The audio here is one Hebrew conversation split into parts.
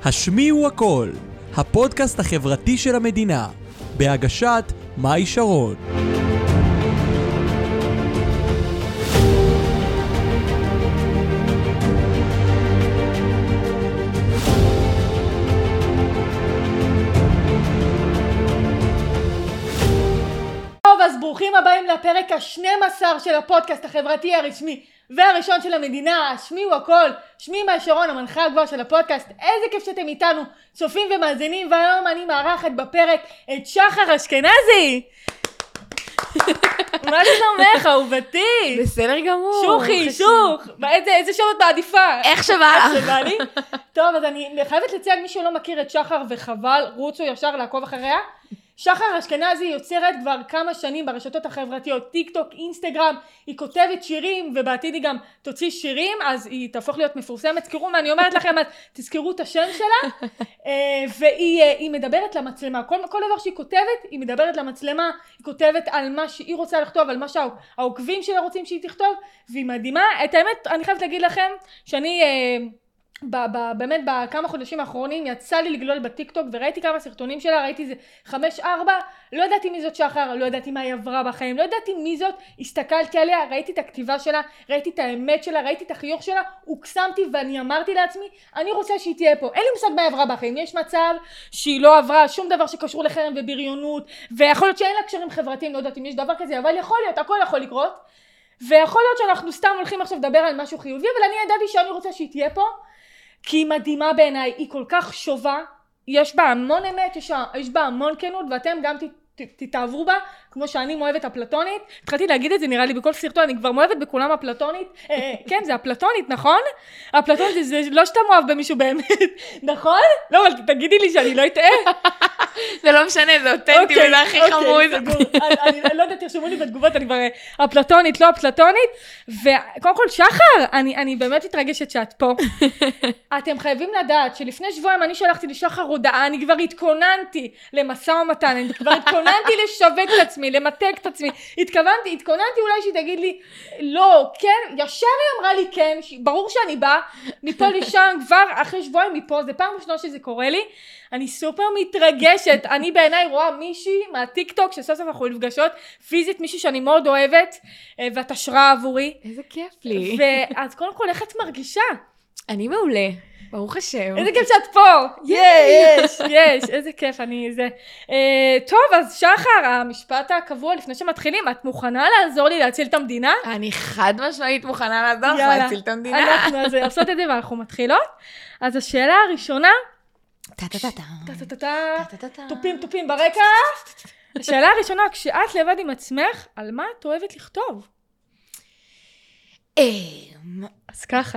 השמיעו הכל, הפודקאסט החברתי של המדינה, בהגשת מאי שרון. טוב, אז ברוכים הבאים לפרק ה-12 של הפודקאסט החברתי הרשמי והראשון של המדינה, השמיעו הכל. שמי מאי שרון, המנחה הגבוהה של הפודקאסט. איזה כיף שאתם איתנו, צופים ומאזינים, והיום אני מארחת בפרק את שחר אשכנזי. מה שלומך, אהובתי? בסדר גמור. שוחי, שוך. איזה שוב את מעדיפה? איך שבא לך. שבא לי? טוב, אז אני חייבת לציין, מי שלא מכיר את שחר וחבל, רוצו ישר לעקוב אחריה. שחר אשכנזי יוצרת כבר כמה שנים ברשתות החברתיות, טיק טוק, אינסטגרם, היא כותבת שירים ובעתיד היא גם תוציא שירים, אז היא תהפוך להיות מפורסמת. תזכרו מה אני אומרת לכם, אז תזכרו את השם שלה. והיא מדברת למצלמה, כל דבר שהיא כותבת היא מדברת למצלמה, היא כותבת על מה שהיא רוצה לכתוב, על מה שהעוקבים שלה רוצים שהיא תכתוב, והיא מדהימה. את האמת אני חייבת להגיד לכם שאני באמת בכמה חודשים האחרונים יצא לי לגלול בטיקטוק וראיתי כמה סרטונים שלה, ראיתי זה 5-4, לא ידעתי מי זאת שחר, לא ידעתי מה היא עברה בחיים, לא ידעתי מי זאת, הסתכלתי עליה, ראיתי את הכתיבה שלה, ראיתי את האמת שלה, ראיתי את החיוך שלה, הוקסמתי ואני אמרתי לעצמי, אני רוצה שהיא תהיה פה. אין לי מושג מה היא עברה בחיים, יש מצב שהיא לא עברה שום דבר שקשור לחרם ובריונות, ויכול להיות שאין לה קשרים חברתיים, לא יודעת אם יש דבר כזה, אבל יכול להיות, הכל יכול לקרות, ויכול להיות שאנחנו סתם הולכים עכשיו לדבר על משהו חיובי, אבל אני ידעתי שאני רוצה שהיא תהיה פה, כי היא מדהימה בעיניי, היא כל כך שובה, יש בה המון אמת, יש בה המון כנות, ואתם גם תתעברו בה, כמו שאני מאוהבת אפלטונית. התחלתי להגיד את זה, נראה לי בכל סרטון, אני כבר מאוהבת בכולם אפלטונית. כן, זה אפלטונית, נכון? אפלטונית זה לא שאתה מאוהב במישהו באמת, נכון? לא, אבל תגידי לי שאני לא אטעה. זה לא משנה, זה אותנטי, וזה הכי חמוד. אני לא יודעת, תרשמו לי בתגובות, אני כבר אפלטונית, לא אפלטונית. וקודם כל, שחר, אני באמת מתרגשת שאת פה. אתם חייבים לדעת שלפני שבועיים אני שלחתי לשחר הודעה, אני כבר התכוננתי למשא ומתן, אני כבר התכוננתי לשווק את עצמי, למתק את עצמי, התכוננתי אולי שהיא תגיד לי, לא, כן, ישר היא אמרה לי כן, ברור שאני באה, מפה לשם, כבר אחרי שבועיים מפה, זה פעם ראשונה שזה קורה לי, אני סופר מתרגשת, אני בעיניי רואה מישהי מהטיק טוק, שסוף סוף אנחנו נפגשות, פיזית מישהי שאני מאוד אוהבת, ואת השראה עבורי. איזה כיף לי. ואז קודם כל, איך את מרגישה? אני מעולה. ברוך השם. איזה כיף שאת פה. יש, איזה כיף, טוב, אז שחר, המשפט הקבוע לפני שמתחילים, את מוכנה לעזור לי להציל את המדינה? אני חד משמעית מוכנה לעזור לך להציל את המדינה. אנחנו אז עושות את זה ואנחנו מתחילות. אז השאלה הראשונה, טופים ברקע. השאלה הראשונה, כשאת לבד עם עצמך, על מה את אוהבת לכתוב? אז ככה.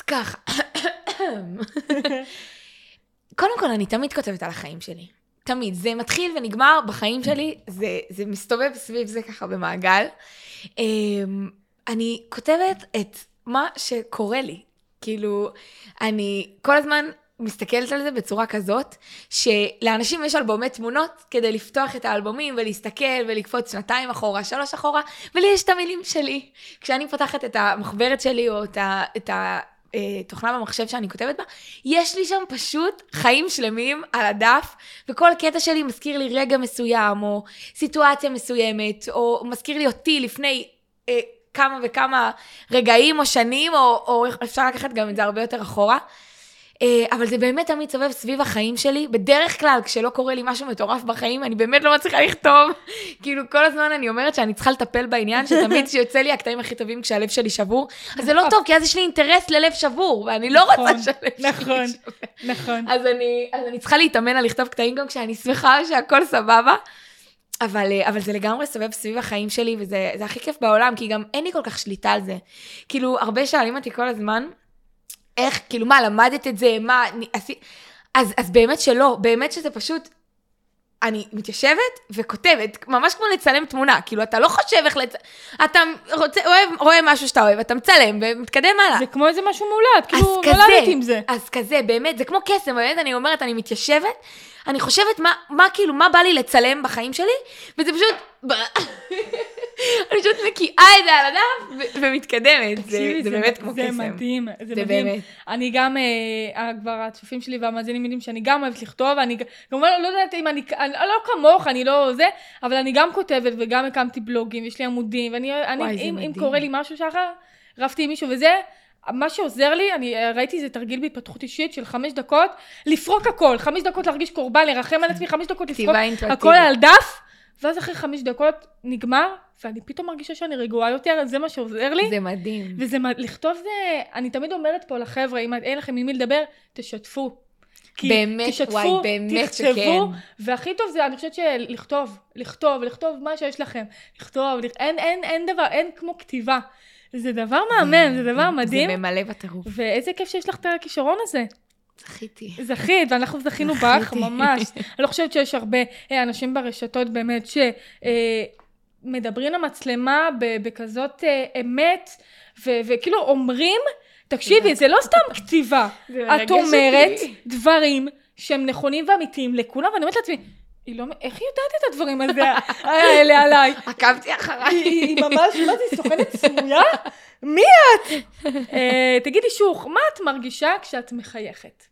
קודם כל, אני תמיד כותבת על החיים שלי. תמיד. זה מתחיל ונגמר בחיים שלי, זה מסתובב סביב זה ככה במעגל. אני כותבת את מה שקורה לי. כאילו, אני כל הזמן מסתכלת על זה בצורה כזאת, שלאנשים יש אלבומי תמונות כדי לפתוח את האלבומים ולהסתכל ולקפוץ 2 אחורה, 3 אחורה, ולי יש את המילים שלי. כשאני פותחת את המחברת שלי או את התוכנה במחשב שאני כותבת בה, יש לי שם פשוט חיים שלמים על הדף, וכל קטע שלי מזכיר לי רגע מסוים, או סיטואציה מסוימת, או מזכיר לי אותי לפני כמה וכמה רגעים או שנים, או אפשר לקחת גם את זה הרבה יותר אחורה. אבל זה באמת תמיד סובב סביב החיים שלי. בדרך כלל, כשלא קורה לי משהו מטורף בחיים, אני באמת לא מצליחה לכתוב. כאילו, כל הזמן אני אומרת שאני צריכה לטפל בעניין, שתמיד שיוצא לי הקטעים הכי טובים כשהלב שלי שבור. אז זה לא טוב, כי אז יש לי אינטרס ללב שבור, ואני לא רוצה שהלב שלי שבור. נכון. אז אני צריכה להתאמן על לכתוב קטעים גם כשאני שמחה שהכל סבבה. אבל זה לגמרי סובב סביב החיים שלי, וזה הכי כיף בעולם, כי גם אין לי כל כך שליטה על זה. כאילו, הרבה שואלים אותי כל הזמן, איך, כאילו, מה, למדת את זה, מה, אז באמת שלא, באמת שזה פשוט, אני מתיישבת וכותבת, ממש כמו לצלם תמונה, כאילו, אתה לא חושב איך אתה רואה משהו שאתה אוהב, אתה מצלם ומתקדם הלאה. זה כמו איזה משהו מולד, כאילו, נולדת עם זה. אז כזה, באמת, זה כמו קסם, באמת, אני אומרת, אני מתיישבת, אני חושבת מה כאילו, מה בא לי לצלם בחיים שלי, וזה פשוט, אני פשוט מקיאה את זה על הדף ומתקדמת. זה באמת כמו קסם. זה מדהים, זה מדהים. באמת. אני גם, כבר הצופים שלי והמאזינים יודעים שאני גם אוהבת לכתוב, אני גם לא יודעת אם אני לא כמוך, אני לא זה, אבל אני גם כותבת וגם הקמתי בלוגים, יש לי עמודים, אם קורה לי משהו שחר, רבתי עם מישהו וזה, מה שעוזר לי, אני ראיתי זה תרגיל בהתפתחות אישית של 5 דקות, לפרוק הכל, 5 דקות להרגיש קורבן, לרחם על עצמי, 5 דקות לפרוק הכל על דף, ואז אחרי 5 דקות נגמר, ואני פתאום מרגישה שאני רגועה יותר, זה מה שעוזר לי. זה מדהים. לכתוב זה, אני תמיד אומרת פה לחבר'ה, אם אין לכם עם מי לדבר, תשתפו. באמת, וואי, באמת שכן. תכתבו, והכי טוב זה, אני חושבת לכתוב מה שיש לכם. אין דבר, אין כמו כתיבה. זה דבר מהמם, זה דבר מדהים. זה ממלא בטירוף. ואיזה כיף שיש לך את הכישרון הזה. זכית, ואנחנו זכינו בך, ממש. אני לא חושבת שיש הרבה אנשים ברשתות באמת שמדברים למצלמה בכזאת אמת, וכאילו אומרים, תקשיבי, זה לא סתם כתיבה. את אומרת דברים שהם נכונים ואמיתיים לכולם, ואני אומרת לעצמי, איך היא יודעת את הדברים האלה עליי? עקבתי אחריי. היא ממש, מה זה, סוכנת סמויה? מי את? תגידי שוך, מה את מרגישה כשאת מחייכת?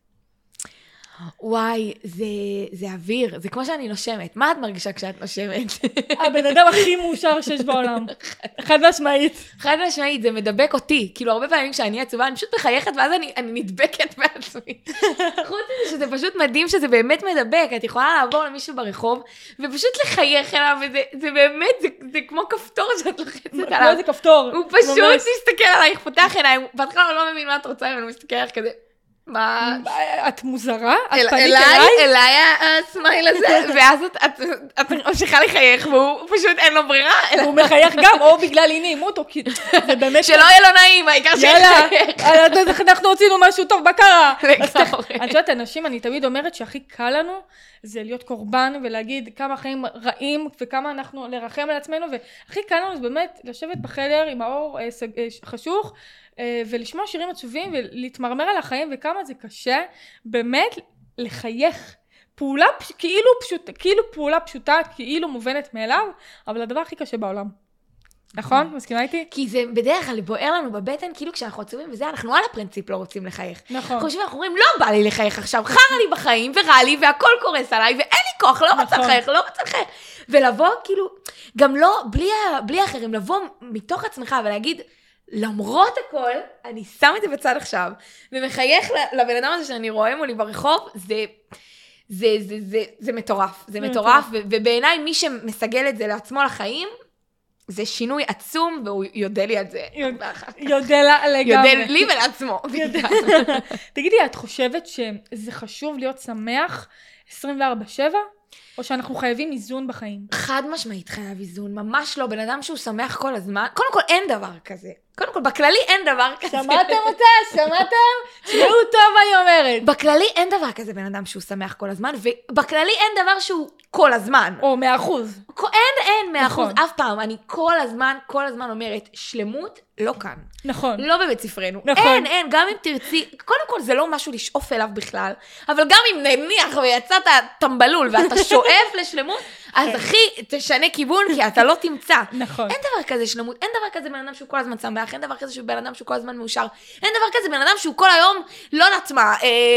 וואי, זה אוויר, זה כמו שאני נושמת. מה את מרגישה כשאת נושמת? הבן אדם הכי מאושר שיש בעולם. חד משמעית. חד משמעית, זה מדבק אותי. כאילו, הרבה פעמים כשאני עצובה, אני פשוט מחייכת, ואז אני נדבקת בעצמי. חוץ מזה שזה פשוט מדהים שזה באמת מדבק. את יכולה לעבור למישהו ברחוב, ופשוט לחייך אליו, וזה באמת, זה כמו כפתור שאת לוחצת עליו. כמו איזה כפתור. הוא פשוט מסתכל עלייך, פותח עיניים, בהתחלה הוא לא מבין מה את רוצה, אבל הוא מסתכל עליך כזה. מה? את מוזרה? את פנית אליי? אליי הסמייל הזה, ואז את ממשיכה לחייך, והוא פשוט אין לו ברירה. הוא מחייך גם, או בגלל אי נעימות, או כי זה באמת... שלא יהיה לו נעים, העיקר שיחייך. יאללה, אנחנו הוצאנו משהו טוב, מה קרה? לגמרי. אני חושבת, אנשים, אני תמיד אומרת שהכי קל לנו, זה להיות קורבן, ולהגיד כמה חיים רעים, וכמה אנחנו לרחם על עצמנו, והכי קל לנו זה באמת לשבת בחדר עם האור חשוך, ולשמוע שירים עצובים ולהתמרמר על החיים וכמה זה קשה באמת לחייך. פעולה כאילו פעולה פשוטה, כאילו מובנת מאליו, אבל הדבר הכי קשה בעולם. נכון? מסכימה איתי? כי זה בדרך כלל בוער לנו בבטן, כאילו כשאנחנו עצובים וזה, אנחנו על הפרינציפ לא רוצים לחייך. נכון. אנחנו אומרים, לא בא לי לחייך עכשיו, חרא לי בחיים ורע לי והכל קורס עליי ואין לי כוח, לא רוצה לחייך, לא רוצה לחייך. ולבוא כאילו, גם לא, בלי אחרים, לבוא מתוך עצמך ולהגיד, למרות הכל, אני שם את זה בצד עכשיו, ומחייך לבן אדם הזה שאני רואה מולי ברחוב, זה מטורף. זה מטורף, ובעיניי מי שמסגל את זה לעצמו לחיים, זה שינוי עצום, והוא יודע לי על זה. יודע לה לגמרי. יודע לי ולעצמו. תגידי, את חושבת שזה חשוב להיות שמח 24/7? או שאנחנו חייבים איזון בחיים? חד משמעית חייב איזון, ממש לא. בן אדם שהוא שמח כל הזמן, קודם כל אין דבר כזה. קודם כל, בכללי אין דבר כזה. שמעתם אותה? שמעתם? שמעו טוב, אני אומרת. בכללי אין דבר כזה בן אדם שהוא שמח כל הזמן, ובכללי אין דבר שהוא כל הזמן. או 100%. אין 100%, אף פעם. אני כל הזמן אומרת, שלמות לא כאן. נכון. לא בבית ספרנו. נכון. אין, גם אם תרצי, קודם כל זה לא משהו לשאוף אליו בכלל, אבל גם אם נניח ויצאת טמבלול ואתה שואף לשלמות, אז אחי, תשנה כיוון, כי אתה לא תמצא. נכון. אין דבר כזה שלמות, אין דבר כזה בן אדם שהוא כל הזמן שמח, אין דבר כזה שהוא בן אדם שהוא כל הזמן מאושר, אין דבר כזה בן אדם שהוא כל היום, לא יודעת מה,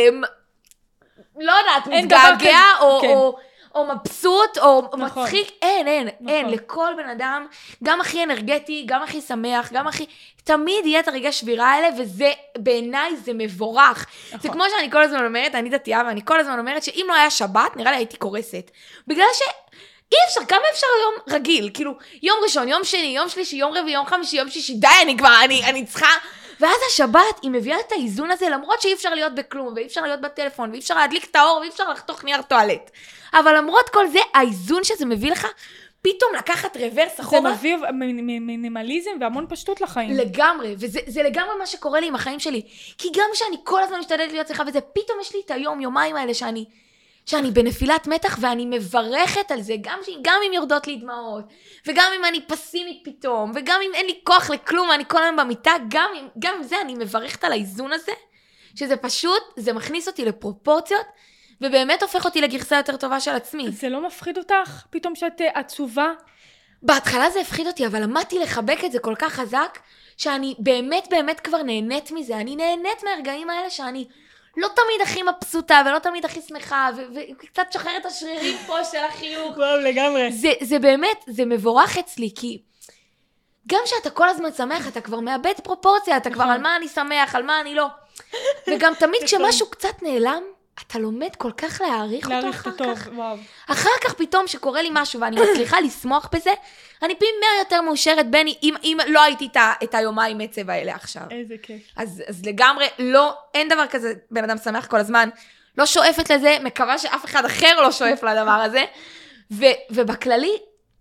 לא יודעת, מתגעגע או מבסוט או מצחיק, אין, לכל בן אדם, גם הכי אנרגטי, גם הכי שמח, גם הכי, תמיד יהיה את הרגע שבירה האלה, וזה בעיניי זה מבורך. זה כמו שאני כל הזמן אומרת, אני דתייה, ואני כל הזמן אומרת שאם לא היה שבת, נראה לי הייתי קורסת. בגלל אי אפשר, כמה אפשר יום רגיל? כאילו, יום ראשון, יום שני, יום שלישי, יום רביעי, יום חמישי, יום שישי, די, אני צריכה... ואז השבת, היא מביאה את האיזון הזה, למרות שאי אפשר להיות בכלום, ואי אפשר להיות בטלפון, ואי אפשר להדליק את האור, ואי אפשר לחתוך נייר טואלט. אבל למרות כל זה, האיזון שזה מביא לך, פתאום לקחת רוורס אחורה. זה מביא מינימליזם והמון פשטות לחיים. לגמרי, וזה לגמרי מה שקורה לי עם החיים שלי. כי גם שאני כל הזמן משתדלת להיות צריכה, וזה פתאום יש לי את יומיים האלה שאני בנפילת מתח, ואני מברכת על זה, גם אם יורדות לי דמעות, וגם אם אני פסימית פתאום, וגם אם אין לי כוח לכלום, ואני כל היום במיטה, גם עם זה אני מברכת על האיזון הזה, שזה פשוט, זה מכניס אותי לפרופורציות, ובאמת הופך אותי לגרסה יותר טובה של עצמי. זה לא מפחיד אותך? פתאום שאת עצובה? בהתחלה זה הפחיד אותי, אבל למדתי לחבק את זה כל כך חזק, שאני באמת באמת כבר נהנית מזה. אני נהנית מהרגעים האלה שאני לא תמיד הכי מבסוטה, ולא תמיד הכי שמחה, וקצת שחרר את השרירים פה של החיוך. וואו, לגמרי. זה באמת, זה מבורך אצלי, כי גם שאתה כל הזמן שמח, אתה כבר מאבד פרופורציה, אתה כבר על מה אני שמח, על מה אני לא. וגם תמיד כשמשהו קצת נעלם, אתה לומד כל כך להעריך אותו אחר כך. אחר כך פתאום שקורה לי משהו ואני מצליחה לשמוח בזה, אני פי 100 יותר מאושרת בני, אם לא הייתי את היומיים עצב האלה עכשיו. איזה כיף. אז לגמרי, לא, אין דבר כזה, בן אדם שמח כל הזמן, לא שואפת לזה, מקווה שאף אחד אחר לא שואף לדבר הזה, ובכללי,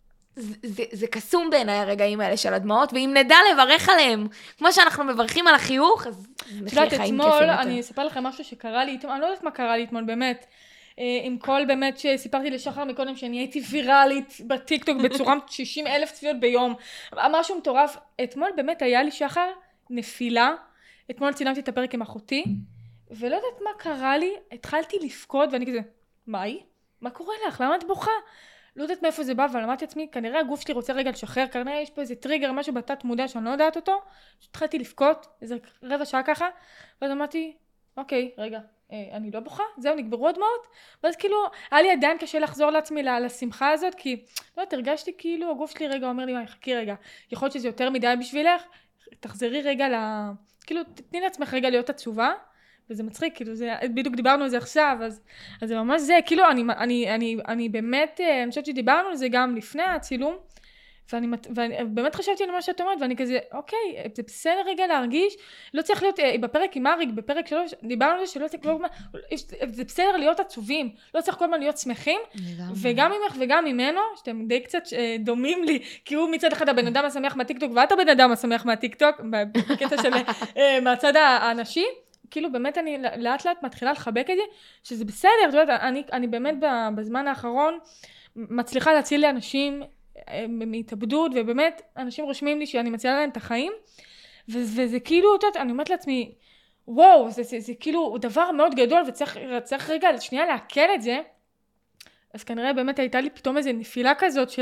זה קסום בעיניי הרגעים האלה של הדמעות, ואם נדע לברך עליהם, כמו שאנחנו מברכים על החיוך, אז נחיה חיים כיפים יותר. אני אספר לכם משהו שקרה לי, אני לא יודעת מה קרה לי אתמול, באמת, עם כל באמת שסיפרתי לשחר מקודם, שאני הייתי ויראלית בטיקטוק בצורה 60,000 צפיות ביום, משהו מטורף. אתמול באמת היה לי שחר נפילה, אתמול צילמתי את הפרק עם אחותי, ולא יודעת מה קרה לי, התחלתי לפקוד, ואני כזה, מהי? מה קורה לך? למה את בוכה? לא יודעת מאיפה זה בא, אבל אמרתי לעצמי, כנראה הגוף שלי רוצה רגע לשחרר, כנראה יש פה איזה טריגר, משהו בתת מודע שאני לא יודעת אותו, התחלתי לפקוט, איזה רבע שעה ככה, ואז אמרתי, אוקיי, רגע, אני לא בוכה, זהו, נגברו הדמעות, ואז כאילו, היה לי עדיין קשה לחזור לעצמי לשמחה הזאת, כי, לא יודעת, הרגשתי כאילו, הגוף שלי רגע אומר לי, חכי רגע, יכול להיות שזה יותר מדי בשבילך, תחזרי רגע כאילו, תתני לעצמך רגע להיות עצובה, וזה מצחיק, כאילו, בדיוק דיברנו על זה עכשיו, אז זה ממש זה, כאילו, אני באמת, אני חושבת שדיברנו על זה גם לפני הצילום, ואני באמת חשבתי על מה שאת אומרת, ואני כזה, אוקיי, זה בסדר רגע להרגיש, לא צריך להיות, בפרק עם אריק, בפרק 3, דיברנו על זה שלא צריך, זה בסדר להיות עצובים, לא צריך כל הזמן להיות שמחים, וגם ממך וגם ממנו, שאתם די קצת דומים לי, כי הוא מצד אחד הבן אדם השמח מהטיקטוק, ואת הבן אדם השמח מהטיקטוק, בקטע של מהצד האנשי, כאילו באמת אני לאט לאט מתחילה לחבק את זה, שזה בסדר, אתה יודע, אני באמת בזמן האחרון מצליחה להציל לאנשים מהתאבדות, ובאמת אנשים רושמים לי שאני מצילה להם את החיים, וזה כאילו, אתה יודע, אני אומרת לעצמי, וואו, זה כאילו דבר מאוד גדול, וצריך רגע שנייה להקל את זה, אז כנראה באמת הייתה לי פתאום איזו נפילה כזאת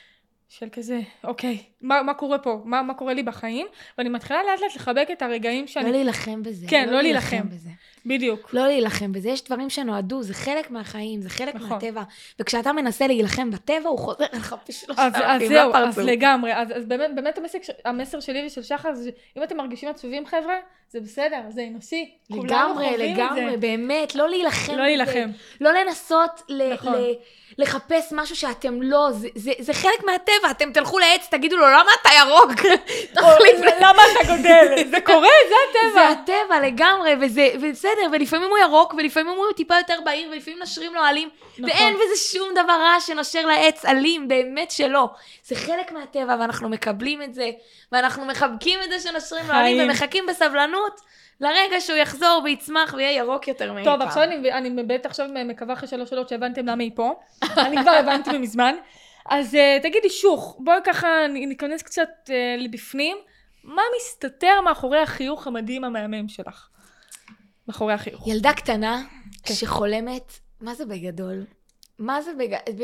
של כזה, אוקיי, מה קורה פה? מה קורה לי בחיים? ואני מתחילה לאט לאט לחבק את הרגעים שאני... לא להילחם בזה. כן, לא להילחם בזה. בדיוק. לא להילחם בזה, יש דברים שנועדו, זה חלק מהחיים, זה חלק מהטבע, וכשאתה מנסה להילחם בטבע, הוא חוזר לך פשוט. אז זהו, אז לגמרי, אז באמת המסר שלי ושל שחר, זה אם אתם מרגישים עצובים חבר'ה, זה בסדר, זה אנושי. לגמרי, באמת, לא להילחם בזה. לא להילחם. לא לנסות לחפש משהו שאתם לא, זה חלק מהטבע, אתם תלכו לעץ, תגידו לו, למה אתה ירוק? למה אתה גודל? זה קורה, זה הטבע. זה הטבע לגמרי, ובסדר, ולפעמים הוא ירוק, ולפעמים הוא טיפה יותר בהיר, ולפעמים נשרים לו עלים, ואין בזה שום דבר רע שנשר לעץ עלים, באמת שלא. זה חלק מהטבע, ואנחנו מקבלים את זה, ואנחנו מחבקים את זה שנשרים לו עלים, ומחכים בסבלנות לרגע שהוא יחזור ויצמח ויהיה ירוק יותר מאי פעם. טוב, עכשיו אני באמת עכשיו מקווה אחרי 3 שאלות שהבנתם למה היא פה. אני כבר הבנתי מזמן. אז תגידי שוך, בואי ככה ניכנס קצת לבפנים. מה מסתתר מאחורי החיוך המדהים המהמם שלך? מאחורי החיוך. ילדה קטנה שחולמת, מה זה בגדול? מה זה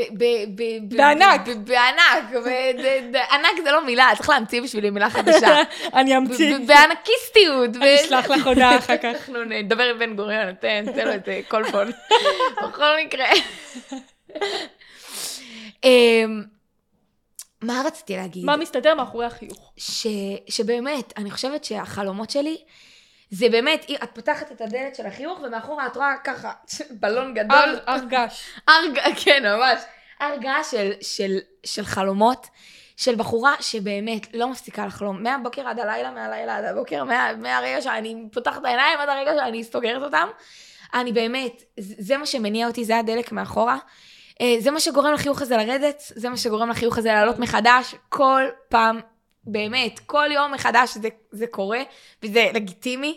בענק. בענק. ענק זה לא מילה, צריך להמציא בשבילי מילה חדשה. אני אמציא. בענקיסטיות. אני אשלח לך הודעה אחר כך. אנחנו נדבר עם בן גוריון, תן לו את כל פון. בכל מקרה. מה רציתי להגיד? מה מסתתר מאחורי החיוך? שבאמת, אני חושבת שהחלומות שלי, זה באמת, את פותחת את הדלת של החיוך, ומאחורה את רואה ככה, בלון גדול. הרגש. כן, ממש. הרגש של חלומות, של בחורה שבאמת לא מפסיקה לחלום. מהבוקר עד הלילה, מהלילה עד הבוקר, מהרגע שאני פותחת את העיניים, עד הרגע שאני סוגרת אותם. אני באמת, זה מה שמניע אותי, זה הדלק מאחורה. זה מה שגורם לחיוך הזה לרדת, זה מה שגורם לחיוך הזה לעלות מחדש, כל פעם, באמת, כל יום מחדש זה קורה, וזה לגיטימי.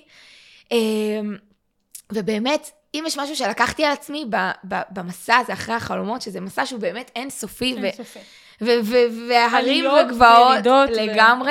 ובאמת, אם יש משהו שלקחתי על עצמי במסע הזה אחרי החלומות, שזה מסע שהוא באמת אינסופי, וההרים וגבעות לגמרי,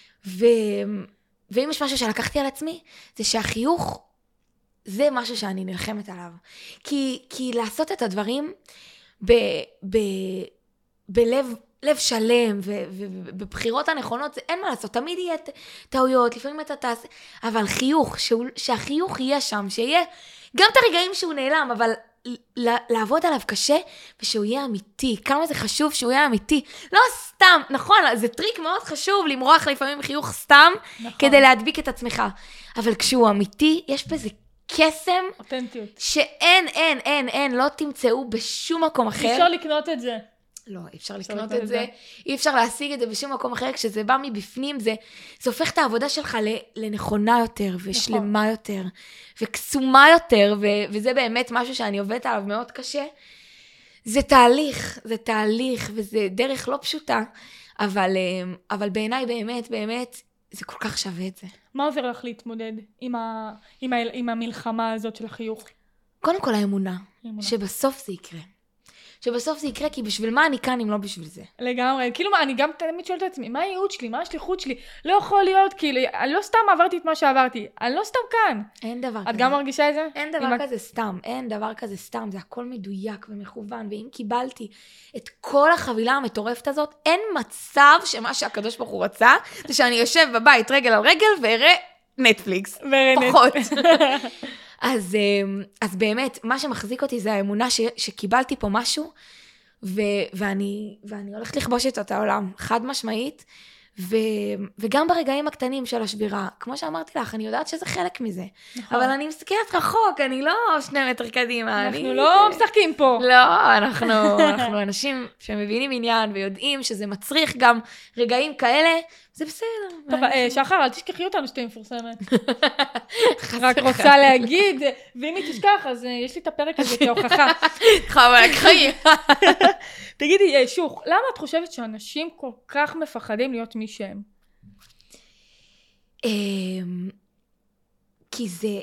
ואם יש משהו שלקחתי על עצמי, זה שהחיוך, זה משהו שאני נלחמת עליו. כי לעשות את הדברים בלב לב שלם, ובבחירות הנכונות, אין מה לעשות, תמיד יהיה טעויות, לפעמים אתה תעשה, אבל חיוך, שהחיוך יהיה שם, שיהיה גם את הרגעים שהוא נעלם, אבל לעבוד עליו קשה, ושהוא יהיה אמיתי, כמה זה חשוב שהוא יהיה אמיתי, לא סתם, נכון, זה טריק מאוד חשוב, למרוח לפעמים חיוך סתם, נכון. כדי להדביק את עצמך, אבל כשהוא אמיתי, יש בזה קסם, אותנטיות. שאין, לא תמצאו בשום מקום אחר. אי אפשר לקנות את זה. לא, אי אפשר לקנות את זה, אי אפשר להשיג את זה בשום מקום אחר, כשזה בא מבפנים, זה הופך את העבודה שלך לנכונה יותר, ושלמה יותר, וקסומה יותר, וזה באמת משהו שאני עובדת עליו מאוד קשה. זה תהליך, וזה דרך לא פשוטה, אבל בעיניי באמת, זה כל כך שווה את זה. מה עוזר לך להתמודד עם המלחמה הזאת של החיוך? קודם כל האמונה. שבסוף זה יקרה, כי בשביל מה אני כאן אם לא בשביל זה? לגמרי, כאילו אני גם תמיד שואלת את עצמי, מה הייעוד שלי, מה השליחות שלי? לא יכול להיות, כאילו, אני לא סתם עברתי את מה שעברתי, אני לא סתם כאן. אין דבר כזה. את גם מרגישה את זה? אין דבר כזה סתם, זה הכל מדויק ומכוון, ואם קיבלתי את כל החבילה המטורפת הזאת, אין מצב שמה שהקדוש ברוך הוא רצה, זה שאני יושב בבית רגל על רגל ואראה נטפליקס. פחות. אז באמת, מה שמחזיק אותי זה האמונה שקיבלתי פה משהו, ואני הולכת לכבוש את העולם, חד משמעית, וגם ברגעים הקטנים של השבירה, כמו שאמרתי לך, אני יודעת שזה חלק מזה, אבל אני מסתכלת רחוק, אני לא 2 מטר קדימה. אנחנו לא משחקים פה. לא, אנחנו אנשים שמבינים עניין, ויודעים שזה מצריך גם רגעים כאלה, זה בסדר. טוב, שחר, אל תשכחי אותנו שתהיה מפורסמת. רק רוצה להגיד, ואם היא תשכח, אז יש לי את הפרק הזה כהוכחה. חבק חיים. תגידי, שוך, למה את חושבת שאנשים כל כך מפחדים להיות מי שהם? כי זה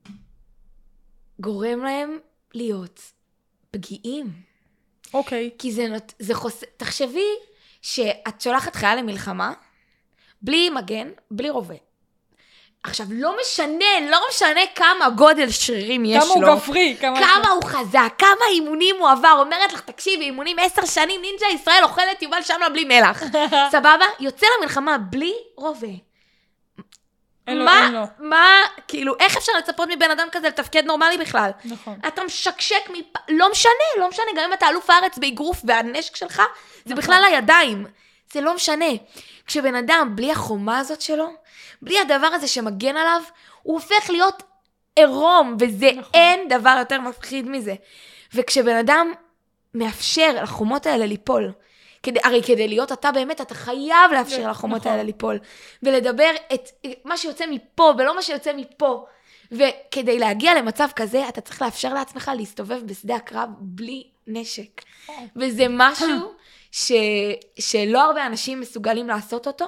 גורם להם להיות פגיעים. אוקיי. כי זה תחשבי שאת שולחת חייל למלחמה, בלי מגן, בלי רובה. עכשיו, לא משנה כמה גודל שרירים יש לו. כמה הוא גברי. כמה הוא חזק, כמה אימונים הוא עבר. אומרת לך, תקשיבי, אימונים 10 שנים, נינג'ה ישראל אוכלת יובל שמלה בלי מלח. סבבה? יוצא למלחמה בלי רובה. מה, כאילו, איך אפשר לצפות מבן אדם כזה לתפקד נורמלי בכלל? נכון. אתה משקשק, לא משנה, גם אם אתה אלוף הארץ באגרוף והנשק שלך, זה בכלל הידיים. זה לא משנה. כשבן אדם, בלי החומה הזאת שלו, בלי הדבר הזה שמגן עליו, הוא הופך להיות עירום, וזה אין דבר יותר מפחיד מזה. וכשבן אדם מאפשר לחומות האלה ליפול, הרי כדי להיות אתה באמת, אתה חייב לאפשר לחומות האלה ליפול, ולדבר את מה שיוצא מפה, ולא מה שיוצא מפה. וכדי להגיע למצב כזה, אתה צריך לאפשר לעצמך להסתובב בשדה הקרב בלי נשק. וזה משהו שלא הרבה אנשים מסוגלים לעשות אותו,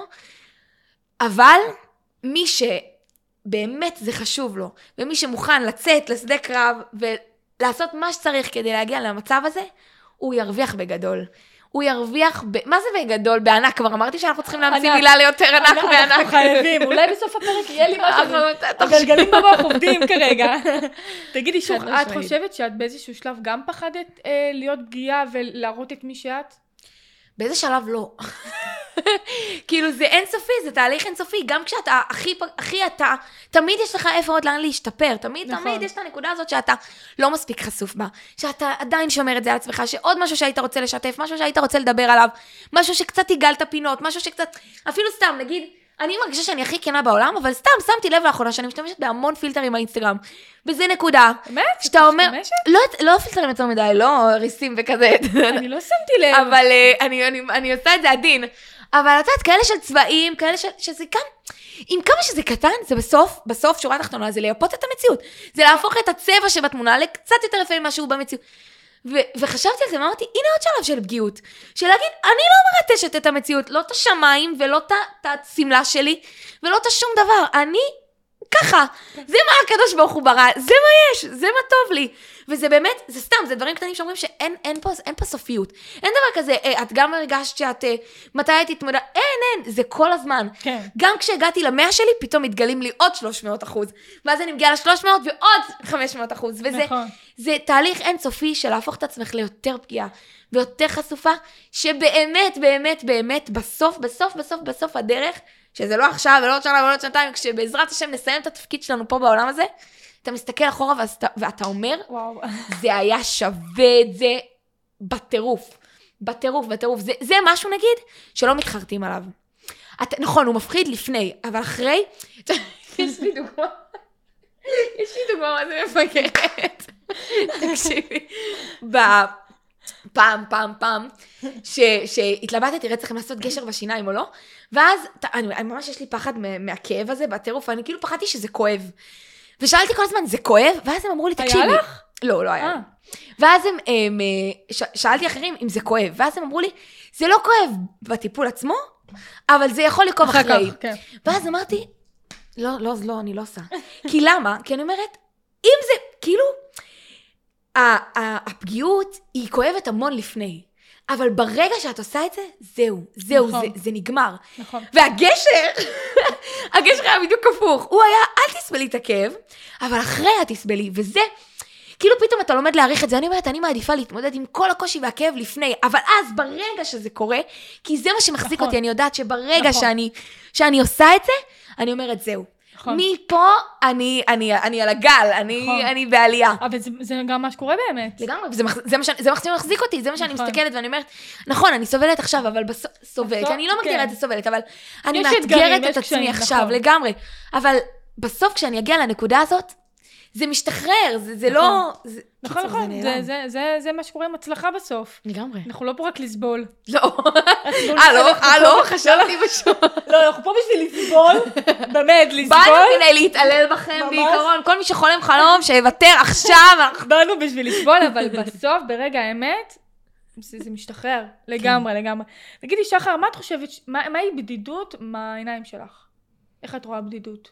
אבל מי שבאמת זה חשוב לו, ומי שמוכן לצאת לשדה קרב, ולעשות מה שצריך כדי להגיע למצב הזה, הוא ירוויח בגדול. הוא ירוויח, מה זה בגדול? בענק, כבר אמרתי שאנחנו צריכים להמציא מילה ליותר ענק בענק. אנחנו חייבים, אולי בסוף הפרק יהיה לי משהו. הגלגלים במוח עובדים כרגע. תגידי שוך, את חושבת שאת באיזשהו שלב גם פחדת להיות פגיעה ולהראות את מי שאת? באיזה שלב לא. כאילו זה אינסופי, זה תהליך אינסופי, גם כשאתה הכי אתה, תמיד יש לך איפה עוד לאן להשתפר, תמיד יש את הנקודה הזאת שאתה לא מספיק חשוף בה, שאתה עדיין שומר את זה על עצמך, שעוד משהו שהיית רוצה לשתף, משהו שהיית רוצה לדבר עליו, משהו שקצת הגלת פינות, משהו שקצת, אפילו סתם, נגיד, אני מרגישה שאני הכי כנה בעולם, אבל סתם שמתי לב לאחרונה שאני משתמשת בהמון פילטרים באינסטגרם, וזה נקודה. באמת? שאתה אומר, לא פילטרים יותר מדי, לא ריסים וכזה. אני לא שמתי לב. אבל אני עושה את זה עדין. אבל את יודעת, כאלה של צבעים, כאלה שזה כאן, עם כמה שזה קטן, זה בסוף שורה תחתונה, זה לייפות את המציאות. זה להפוך את הצבע שבתמונה לקצת יותר יפה משהו במציאות. וחשבתי על זה, אמרתי, הנה עוד שלב של פגיעות, של להגיד, אני לא מרטשת את המציאות, לא את השמיים, ולא את הסמלה שלי, ולא את שום דבר, אני ככה. זה מה הקדוש ברוך הוא ברא, זה מה יש, זה מה טוב לי. וזה באמת, זה סתם, זה דברים קטנים שאומרים שאין פה סופיות. אין דבר כזה, את גם הרגשת שאת, מתי את התמודדת, אין, זה כל הזמן. כן. גם כשהגעתי ל100 שלי, פתאום מתגלים לי עוד 300%. ואז אני מגיעה ל300 ועוד 500%. וזה נכון. זה תהליך אינסופי של להפוך את עצמך ליותר פגיעה, ויותר חשופה, שבאמת, באמת, באמת, בסוף הדרך, שזה לא עכשיו ולא עוד שנה ולא עוד שנתיים, כשבעזרת השם נסיים את התפקיד שלנו פה בעולם הזה, אתה מסתכל אחורה ואתה אומר, וואו. זה היה שווה את זה בטירוף. זה משהו נגיד שלא מתחרטים עליו. נכון, הוא מפחיד לפני, אבל אחרי, יש לי דוגמה, מה זה מפגרת. תקשיבי, פעם, שהתלבטתי, רצח אם לעשות גשר בשיניים או לא, ואז, אני ממש יש לי פחד מהכאב הזה, בטירוף, אני כאילו פחדתי שזה כואב. ושאלתי כל הזמן, זה כואב? ואז הם אמרו לי, תקשיבי. היה לך? לא היה לי. ואז שאלתי אחרים אם זה כואב, ואז הם אמרו לי, זה לא כואב בטיפול עצמו, אבל זה יכול לקום אחרי. ואז אמרתי, לא, אני לא עושה. כי למה? כי אני אומרת, אם זה, כאילו, הפגיעות היא כואבת המון לפני, אבל ברגע שאת עושה את זה, זהו, זה נגמר. נכון. והגשר, הגשר היה בדיוק הפוך. הוא היה, אל תסבלי את הכאב, אבל אחרי את תסבלי, וזה, כאילו פתאום אתה לומד להעריך את זה, אני אומרת, אני מעדיפה להתמודד עם כל הקושי והכאב לפני, אבל אז ברגע שזה קורה, כי זה מה שמחזיק אותי, אני יודעת שברגע שאני עושה את זה, אני אומרת, זהו. מפה אני על הגל, אני בעלייה. אבל זה גם מה שקורה באמת. לגמרי, זה מחזיק אותי, זה מה שאני מסתכלת ואני אומרת, נכון, אני סובלת עכשיו, אבל סובלת, אני לא מגדירה את זה סובלת, אבל אני מאתגרת את עצמי עכשיו, לגמרי. אבל בסוף כשאני אגיע לנקודה הזאת, זה משתחרר, זה לא... נכון, זה מה שקורה עם הצלחה בסוף. לגמרי. אנחנו לא פה רק לסבול. לא, חשבתי בשביל. לא, אנחנו פה בשביל לסבול, באמת, לסבול. באנו כדי להתעלל בכם בעיקרון, כל מי שחולם חלום, שיוותר עכשיו. באנו בשביל לסבול, אבל בסוף, ברגע האמת, זה משתחרר, לגמרי. תגידי, שחר, מה את חושבת, מהי בדידות מהעיניים שלך? איך את רואה בדידות?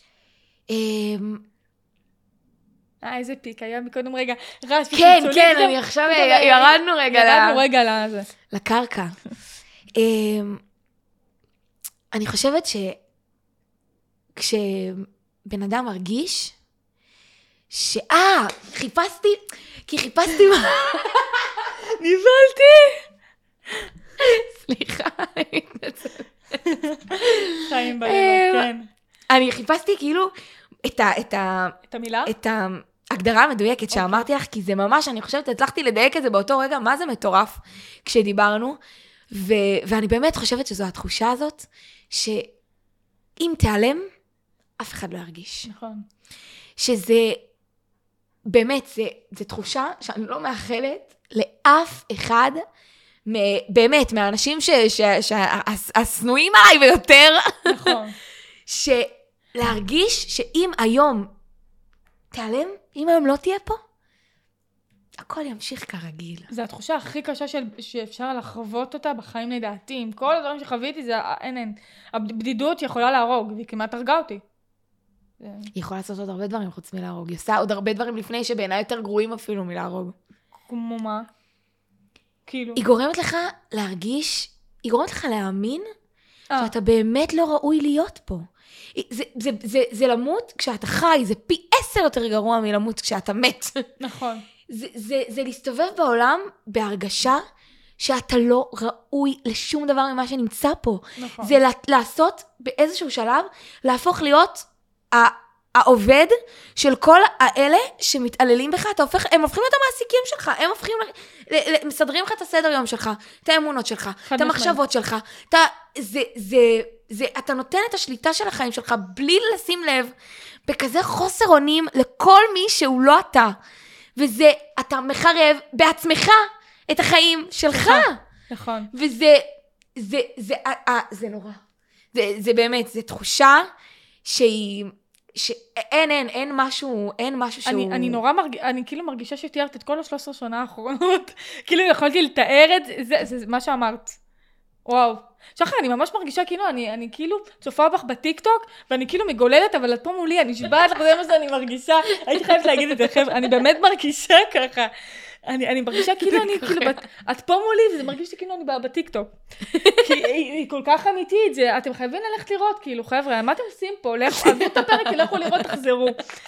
איזה פיק, היה מקודם רגע רעש. כן, אני עכשיו ירדנו רגע לזה. לקרקע. אני חושבת כשבן אדם מרגיש חיפשתי מה... נבלתי! סליחה, אני מתנצלת. חיים בלב, כן. אני חיפשתי כאילו את המילה? את ההגדרה המדויקת שאמרתי לך, כי זה ממש, אני חושבת, הצלחתי לדייק את זה באותו רגע, מה זה מטורף כשדיברנו, ואני באמת חושבת שזו התחושה הזאת, שאם תיעלם, אף אחד לא ירגיש. נכון. שזה, באמת, זה תחושה שאני לא מאחלת לאף אחד, באמת, מהאנשים שהסנועים עליי ויותר, נכון. להרגיש שאם היום תיעלם, אם היום לא תהיה פה, הכל ימשיך כרגיל. זו התחושה הכי קשה שאפשר לחוות אותה בחיים לדעתי. עם כל הדברים שחוויתי, זה אין. הבדידות יכולה להרוג, והיא כמעט הרגה אותי. היא יכולה לעשות עוד הרבה דברים חוץ מלהרוג. היא עושה עוד הרבה דברים לפני שבעיניי יותר גרועים אפילו מלהרוג. כמו מה? כאילו. היא גורמת לך להרגיש, היא גורמת לך להאמין שאתה באמת לא ראוי להיות פה. זה למות כשאתה חי, זה פי 10 יותר גרוע מלמות כשאתה מת. נכון. זה להסתובב בעולם בהרגשה שאתה לא ראוי לשום דבר ממה שנמצא פה. נכון. זה לעשות באיזשהו שלב, להפוך להיות העובד של כל האלה שמתעללים בך, הם הופכים להיות המעסיקים שלך, הם הופכים, מסדרים לך את הסדר יום שלך, את האמונות שלך, את המחשבות שלך, אתה נותן את השליטה של החיים שלך בלי לשים לב, בכזה חוסר אונים לכל מי שהוא לא אתה, וזה, אתה מחרב בעצמך את החיים שלך. נכון. וזה, זה נורא. זה באמת, זה תחושה שאין משהו שהוא... אני כאילו מרגישה שתיארת את כל 13 שנה האחרונות, כאילו יכולתי לתאר את זה, מה שאמרת. וואו. שחר, אני ממש מרגישה כאילו, אני כאילו צופה בך בטיקטוק, ואני כאילו מגוללת, אבל את פה מולי, אני נשבעת לך, זה מה שאני מרגישה. הייתי חייבת להגיד את זה, חבר'ה, אני באמת מרגישה ככה. אני מרגישה כאילו אני, כאילו, את פה מולי, וזה מרגיש כאילו אני בטיקטוק. כי היא כל כך אמיתית, אתם חייבים ללכת לראות, כאילו, חבר'ה, מה אתם עושים פה? עזבו את הפרק, לכו לראות, תחזרו.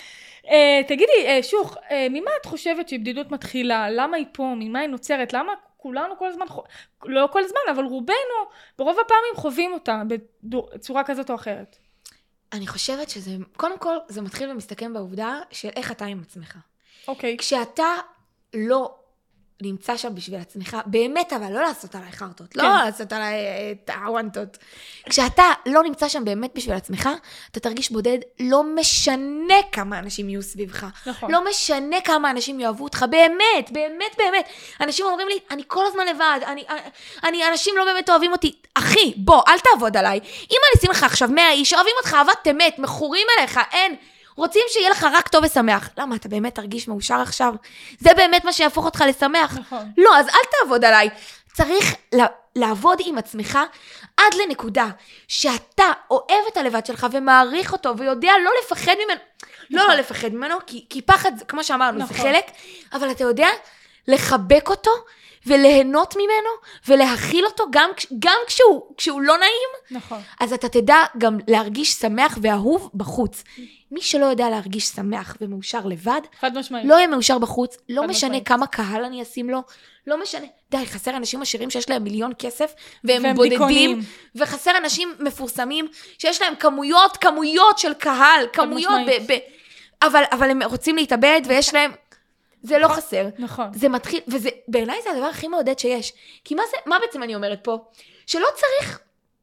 תגידי, שוך, ממה את חושבת שבדידות מתחילה? למה היא פה? ממה היא נוצרת? למה כולנו כל הזמן, לא כל הזמן, אבל רובנו, ברוב הפעמים חווים אותה בצורה כזאת או אחרת? אני חושבת שזה, קודם כל, זה מתחיל ומסתכם בעובדה של איך אתה עם עצמך. אוקיי. כשאתה לא נמצא שם בשביל עצמך, באמת, אבל לא לעשות עליי חרטות, לא לעשות עליי טעוונטות. כשאתה לא נמצא שם באמת בשביל עצמך, אתה תרגיש בודד, לא משנה כמה אנשים יהיו סביבך. נכון. לא משנה כמה אנשים יאהבו אותך, באמת, באמת, באמת. אנשים אומרים לי, אני כל הזמן לבד, אנשים לא באמת אוהבים אותי. אחי, בוא, אל תעבוד עליי. אם אני אשים לך עכשיו 100 איש, אוהבים אותך, אהבת אמת, מכורים אליך, אין. רוצים שיהיה לך רק טוב ושמח. למה? אתה באמת תרגיש מאושר עכשיו? זה באמת מה שיהפוך אותך לשמח? נכון. לא, אז אל תעבוד עליי. צריך לעבוד עם עצמך עד לנקודה שאתה אוהב את הלבד שלך ומעריך אותו ויודע לא לפחד ממנו. לא לפחד ממנו, כי פחד, כמו שאמרנו, זה חלק, אבל אתה יודע לחבק אותו וליהנות ממנו ולהכיל אותו גם כשהוא לא נעים. נכון. אז אתה תדע גם להרגיש שמח ואהוב בחוץ. מי שלא יודע להרגיש שמח ומאושר לבד, חד משמעית. לא יהיה מאושר בחוץ, לא משנה משמעית. כמה קהל אני אשים לו, לא משנה. די, חסר אנשים עשירים שיש להם מיליון כסף, והם בודדים, דיכאונים. וחסר אנשים מפורסמים שיש להם כמויות של קהל, כמויות, אבל הם רוצים להתאבד ויש להם, זה לא חסר. נכון. זה מתחיל, וזה, בעיניי זה הדבר הכי מעודד שיש. כי מה בעצם אני אומרת פה? שלא צריך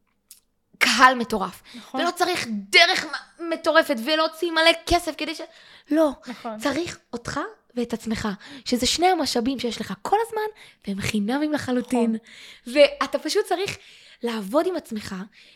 קהל מטורף. נכון. ולא צריך דרך מטורפת, ולהוציא מלא כסף כדי לא. נכון. צריך אותך ואת עצמך. שזה שני המשאבים שיש לך כל הזמן, והם חינמים לחלוטין. ואתה פשוט צריך לעבוד עם עצמך,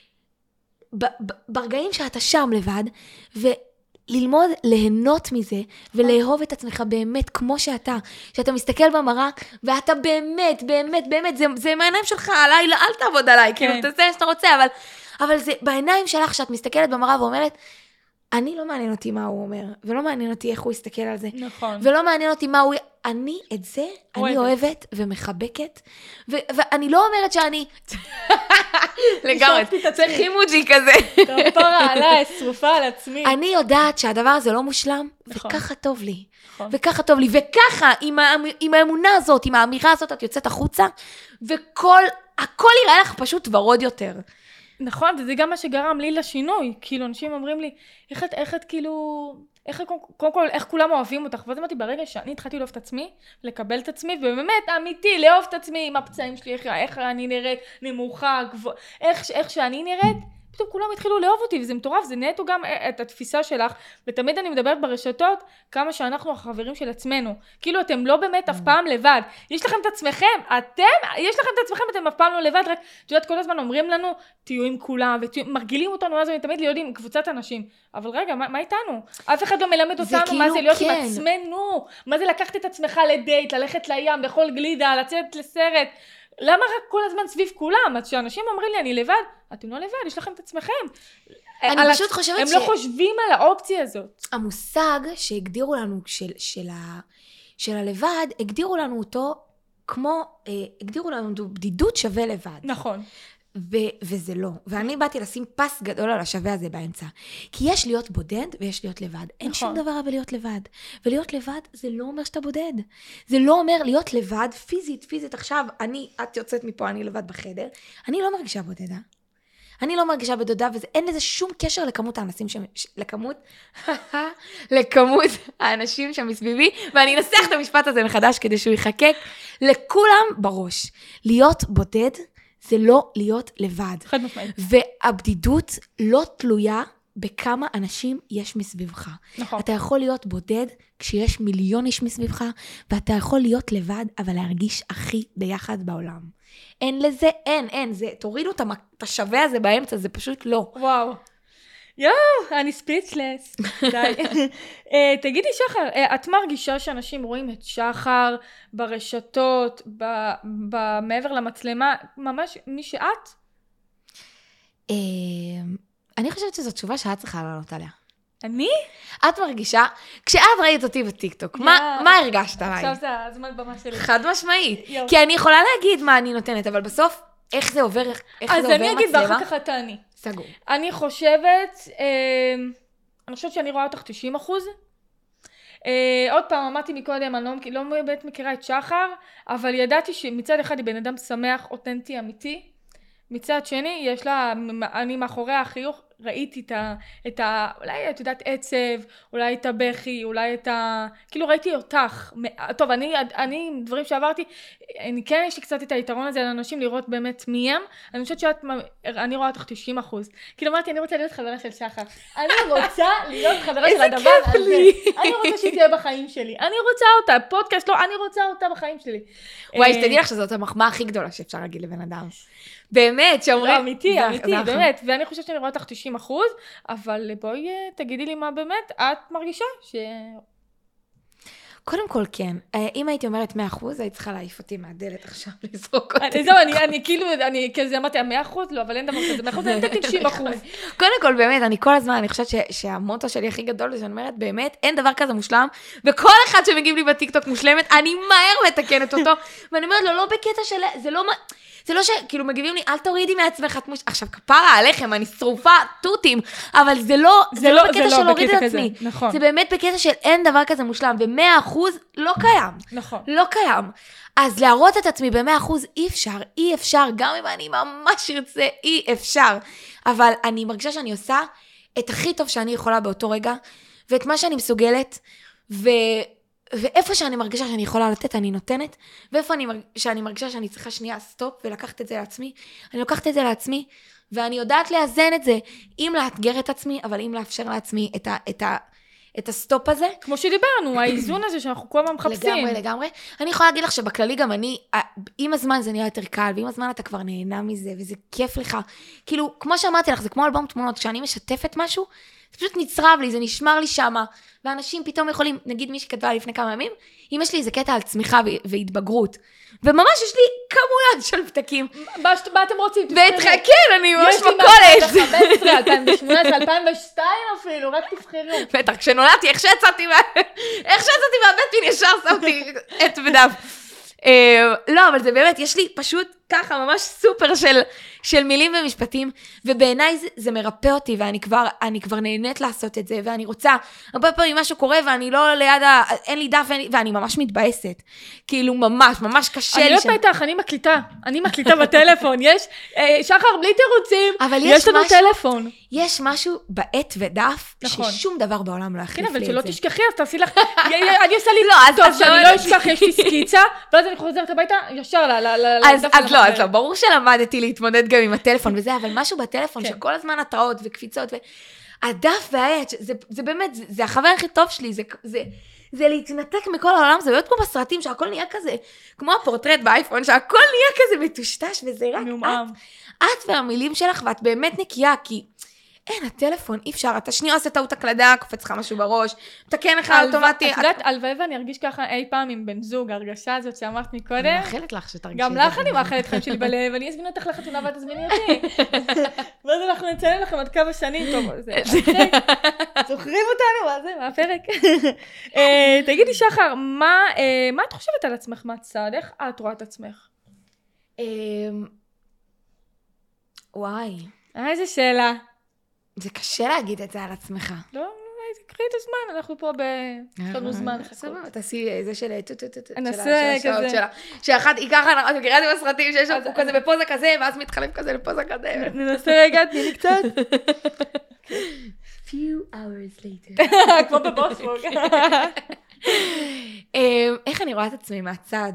ברגעים שאתה שם לבד, ללמוד ליהנות מזה, ולאהוב את עצמך באמת כמו שאתה מסתכל במראה, ואתה באמת, באמת, באמת, זה מהעיניים שלך, עליי, אל תעבוד עליי, כאילו, תעשה שאתה רוצה, אבל זה בעיניים שלך, שאת מסתכלת במראה ואומרת, אני לא מעניין אותי מה הוא אומר, ולא מעניין אותי איך הוא יסתכל על זה, נכון. ולא מעניין אותי מה הוא, את זה, אני אוהבת ומחבקת, ואני לא אומרת שאני, לגמרי, צריך אימוג'י כזה. כפרה עליי, שרופה על עצמי. אני יודעת שהדבר הזה לא מושלם, וככה טוב לי. וככה טוב לי, וככה, עם האמונה הזאת, עם האמירה הזאת, את יוצאת החוצה, הכל יראה לך פשוט ורוד יותר. נכון, וזה גם מה שגרם לי לשינוי. כאילו, אנשים אומרים לי, איך את כאילו, קודם כל, איך כולם אוהבים אותך? ואז אמרתי, ברגע שאני התחלתי לאהוב את עצמי, לקבל את עצמי, ובאמת, אמיתי, לאהוב את עצמי עם הפצעים שלי, איך אני נראית, נמוכה, איך שאני נראית, פתאום כולם התחילו לאהוב אותי, וזה מטורף, זה נטו גם את התפיסה שלך, ותמיד אני מדברת ברשתות, כמה שאנחנו החברים של עצמנו. כאילו, אתם לא באמת אף פעם לבד. יש לכם את עצמכם, יש לכם את עצמכם, אתם אף פעם לא לבד, רק, את יודעת, כל הזמן אומרים לנו, תהיו עם כולם, ומרגילים אותנו, אז אני תמיד להיות עם קבוצת אנשים. אבל רגע, מה איתנו? אף אחד לא מלמד אותנו מה זה להיות עם עצמנו, מה זה לקחת את עצמך לדייט, ללכת לים, לאכול גלידה, לצאת לסרט. למה רק כל הזמן סביב כולם? אז שאנשים אומרים לי, אני לבד, אתם לא לבד, יש לכם את עצמכם. אני פשוט חושבת הם לא חושבים על האופציה הזאת. המושג שהגדירו לנו של הלבד, הגדירו לנו אותו כמו, הגדירו לנו בדידות שווה לבד. נכון. וזה לא. ואני באתי לשים פס גדול על השווה הזה באמצע. כי יש להיות בודד ויש להיות לבד. אין שום דבר אבל להיות לבד. ולהיות לבד זה לא אומר שאתה בודד. זה לא אומר להיות לבד פיזית. עכשיו, את יוצאת מפה, אני לבד בחדר. אני לא מרגישה בודדה. אני לא מרגישה בודדה, ואין לזה שום קשר לכמות האנשים לכמות האנשים שמסביבי, ואני אנסח את המשפט הזה מחדש כדי שהוא יחקק לכולם בראש. להיות בודד זה לא להיות לבד. חד משמעית. והבדידות לא תלויה בכמה אנשים יש מסביבך. נכון. אתה יכול להיות בודד כשיש מיליון איש מסביבך, ואתה יכול להיות לבד, אבל להרגיש הכי ביחד בעולם. אין לזה, אין, זה, תורידו את השווה הזה באמצע, זה פשוט לא. וואו. אני ספיצ'לס. די. תגידי שחר, את מרגישה שאנשים רואים את שחר ברשתות, מעבר למצלמה, ממש מי שאת? אני חושבת שזו תשובה שאת צריכה לענות עליה. אני? את מרגישה, כשאת ראית אותי בטיקטוק, מה הרגשת עליי? עכשיו זה הזמן במה שלי. חד משמעית. כי אני יכולה להגיד מה אני נותנת, אבל בסוף, איך זה עובר מצלמה? אז אני אגיד ואחר כך אתה אני. סגור. אני חושבת שאני רואה אותך 90%. עוד פעם, אמרתי מקודם, אני לא באמת מכירה את שחר, אבל ידעתי שמצד אחד היא בן אדם שמח, אותנטי, אמיתי. מצד שני, יש לה, אני מאחורי החיוך, ראיתי אולי את יודעת עצב, אולי את הבכי, אולי כאילו ראיתי אותך. טוב, אני דברים שעברתי, כן יש לי קצת את היתרון הזה לאנשים לראות באמת מי הם. אני חושבת אני רואה אותך 90%. כאילו אמרתי, אני רוצה להיות חברה של שחר. אני רוצה להיות חברה של הדבר הזה. אני רוצה שהיא תהיה בחיים שלי. אני רוצה אותה, פודקאסט לא, אני רוצה אותה בחיים שלי. וואי, שתדעי לך שזאת המחמאה הכי גדולה שאפשר להגיד לבן אדם. באמת, שאומרים... לא, אמיתי, באמת. ואני חושבת שאני רואה אותך 90%, אבל בואי תגידי לי מה באמת את מרגישה ש... קודם כל, כן. אם הייתי אומרת 100%, היית צריכה להעיף אותי מהדלת עכשיו, לזרוק אותי. זהו, אני כאילו, כזה אמרתי, 100%? לא, אבל אין דבר כזה, 100%, אני נתתי 90%. קודם כל, באמת, אני כל הזמן, אני חושבת שהמוטו שלי הכי גדול, זה שאני אומרת, באמת, אין דבר כזה מושלם, וכל אחד שמגיב לי בטיקטוק מושלמת, אני מהר מתקנת אותו, ואני אומרת לו, לא בקטע של... זה לא שכאילו מגיבים לי, אל תורידי מעצמך את עכשיו כפרה עליכם, אני שרופה טוטים, אבל זה לא בקטע של להוריד את עצמי. נכון. זה באמת בקטע של אין דבר כזה מושלם, ו100% לא קיים. נכון. לא קיים. אז להראות את עצמי ב100% אי אפשר, גם אם אני ממש ארצה, אי אפשר. אבל אני מרגישה שאני עושה את הכי טוב שאני יכולה באותו רגע, ואת מה שאני מסוגלת, ואיפה שאני מרגישה שאני יכולה לתת, אני נותנת, ואיפה שאני מרגישה שאני צריכה שנייה סטופ, ולקחת את זה לעצמי, אני לוקחת את זה לעצמי, ואני יודעת לאזן את זה, אם לאתגר את עצמי, אבל אם לאפשר לעצמי את הסטופ הזה. כמו שדיברנו, האיזון הזה שאנחנו כל הזמן מחפשים. לגמרי. אני יכולה להגיד לך שבכללי גם עם הזמן זה נראה יותר קל, ועם הזמן אתה כבר נהנה מזה, וזה כיף לך. כאילו, כמו שאמרתי לך, זה כמו אלבום תמונות, כשאני משתפת משהו, זה פשוט נצרב לי, זה נשמר לי שמה, ואנשים פתאום יכולים, נגיד מי שכתבה לפני כמה ימים, אם יש לי איזה קטע על צמיחה והתבגרות, וממש יש לי כמויות של פתקים. מה אתם רוצים? כן, אני ממש בקולג'. יש לי 2015, 2018, 2002 אפילו, רק תבחרו. בטח, כשנולדתי, איך שיצאתי מהבית פין, ישר שמתי את ודף. לא, אבל זה באמת, יש לי פשוט ככה ממש סופר של מילים ומשפטים, ובעיניי זה מרפא אותי, ואני כבר נהנית לעשות את זה, ואני רוצה, הרבה פעמים משהו קורה, ואני לא ליד, אין לי דף, ואני ממש מתבאסת. כאילו ממש קשה לי. אני לא בטח, אני מקליטה בטלפון, יש, שחר בלי תירוצים, יש לנו טלפון. יש משהו בעת ודף, ששום דבר בעולם לא יחליף לי את זה. כן, אבל שלא תשכחי, אז תעשי לך, אני עושה לי טוב, שאני לא אשכח, יש לי סקיצה, ואז אני חוזרת הביתה, ישר אז לא, ברור שלמדתי להתמודד גם עם הטלפון וזה, אבל משהו בטלפון שכל הזמן התראות וקפיצות, והדף והעט, זה באמת, זה החבר הכי טוב שלי, זה להתנתק מכל העולם, זה להיות כמו בסרטים שהכל נהיה כזה, כמו הפורטרט באייפון, שהכל נהיה כזה מטושטש, וזה רק את והמילים שלך, ואת באמת נקייה, כי אין, הטלפון, אי אפשר, אתה שנייה עושה טעות הקלדה, קופץ לך משהו בראש, תקן לך אוטומטי. את יודעת, הלוואי ואני ארגיש ככה אי פעם עם בן זוג, הרגשה הזאת שאמרת מקודם. אני מאחלת לך שתרגישי את זה. גם לך אני מאחלת חיים שלי בלב, אני אזמין אותך לחתונה ואת תזמיני אותי. ואז אנחנו נציין לכם עד כמה שנים, טוב, זה זוכרים אותנו, מה זה, מה הפרק? תגידי שחר, מה את חושבת על עצמך מהצד? איך את רואה את עצמך? וואי. איזה שאלה. זה קשה להגיד את זה על עצמך. לא, קחי את הזמן, אנחנו פה יש לנו זמן. סבבה, תעשי זה של אנסה כזה. שאחת היא ככה, את מכירה את זה בסרטים שיש הוא כזה בפוזה כזה, ואז מתחלף כזה לפוזה כזה. ננסה רגע, תני לי קצת. few hours later. כמו בבוסבורג. איך אני רואה את עצמי מהצד?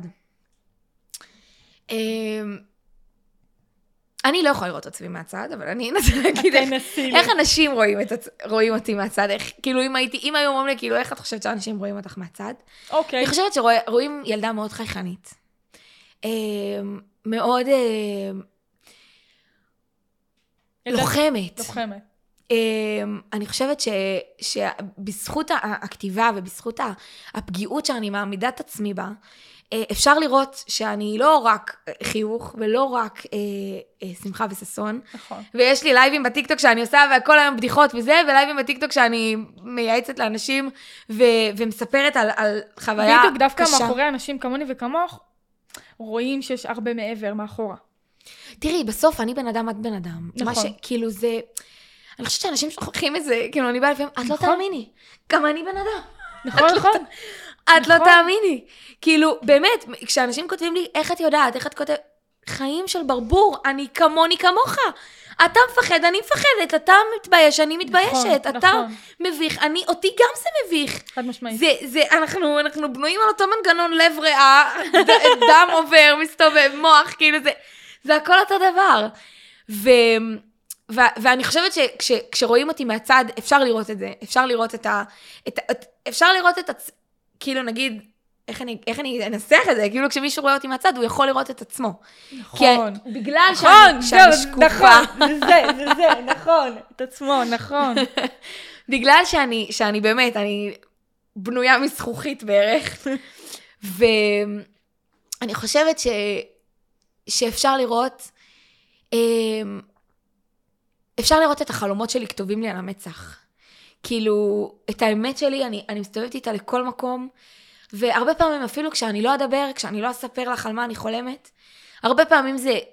אני לא יכולה לראות את עצמי מהצד, אבל אני אנסה להגיד איך אנשים רואים אותי מהצד, כאילו אם היו אומרים לי, כאילו איך את חושבת שאנשים רואים אותך מהצד? אוקיי. אני חושבת שרואים ילדה מאוד חייכנית, מאוד לוחמת. אני חושבת שבזכות הכתיבה ובזכות הפגיעות שאני מעמידה את עצמי בה, אפשר לראות שאני לא רק חיוך ולא רק שמחה וססון. נכון. ויש לי לייבים בטיקטוק שאני עושה וכל היום בדיחות וזה, ולייבים בטיקטוק שאני מייעצת לאנשים ומספרת על חוויה קשה. בדיוק דווקא מאחורי אנשים כמוני וכמוך, רואים שיש הרבה מעבר מאחורה. תראי, בסוף אני בן אדם, את בן אדם. נכון. כאילו זה, אני חושבת שאנשים שוכחים את זה, כאילו אני באה לפעמים, את לא תאמיני, גם אני בן אדם. נכון, נכון. את לא תאמיני. כאילו, באמת, כשאנשים כותבים לי, איך את יודעת, איך את כותבת, חיים של ברבור, אני כמוני כמוך. אתה מפחד, אני מפחדת, אתה מתבייש, אני מתביישת, אתה מביך, אותי גם זה מביך. חד משמעית. אנחנו בנויים על אותו מנגנון לב ריאה, דם עובר, מסתובב, מוח, כאילו זה הכל אותו דבר. ואני חושבת שכשרואים אותי מהצד, אפשר לראות את זה, אפשר לראות את כאילו נגיד, איך אני אנסח את זה, כאילו כשמישהו רואה אותי מהצד, הוא יכול לראות את עצמו. נכון. בגלל שאני שקופה. נכון, זה, נכון, את עצמו, נכון. בגלל שאני באמת, אני בנויה מזכוכית בערך, ואני חושבת שאפשר לראות, אפשר לראות את החלומות שלי כתובים לי על המצח. כאילו, את האמת שלי, אני מסתובבת איתה לכל מקום, והרבה פעמים אפילו כשאני לא אדבר, כשאני לא אספר לך על מה אני חולמת, הרבה פעמים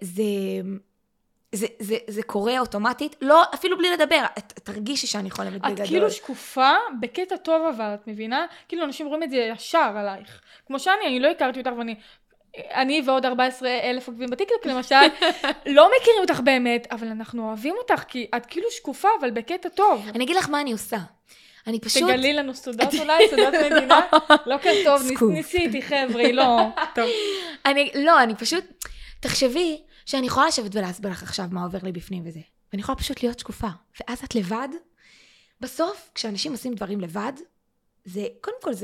זה קורה אוטומטית, לא, אפילו בלי לדבר, תרגישי שאני חולמת בגדול. את כאילו שקופה, בקטע טוב אבל, את מבינה? כאילו אנשים רואים את זה ישר עלייך. כמו אני לא הכרתי אותך אני ועוד 14,000 עוקבים בטיקטוק למשל, לא מכירים אותך באמת, אבל אנחנו אוהבים אותך, כי את כאילו שקופה, אבל בקטע טוב. אני אגיד לך מה אני עושה. אני פשוט... תגלי לנו סודות אולי, סודות מדינה. לא כן טוב, ניסיתי חבר'ה, לא. טוב. אני פשוט... תחשבי שאני יכולה לשבת ולהסביר לך עכשיו מה עובר לי בפנים וזה. ואני יכולה פשוט להיות שקופה. ואז את לבד. בסוף, כשאנשים עושים דברים לבד, זה, קודם כל,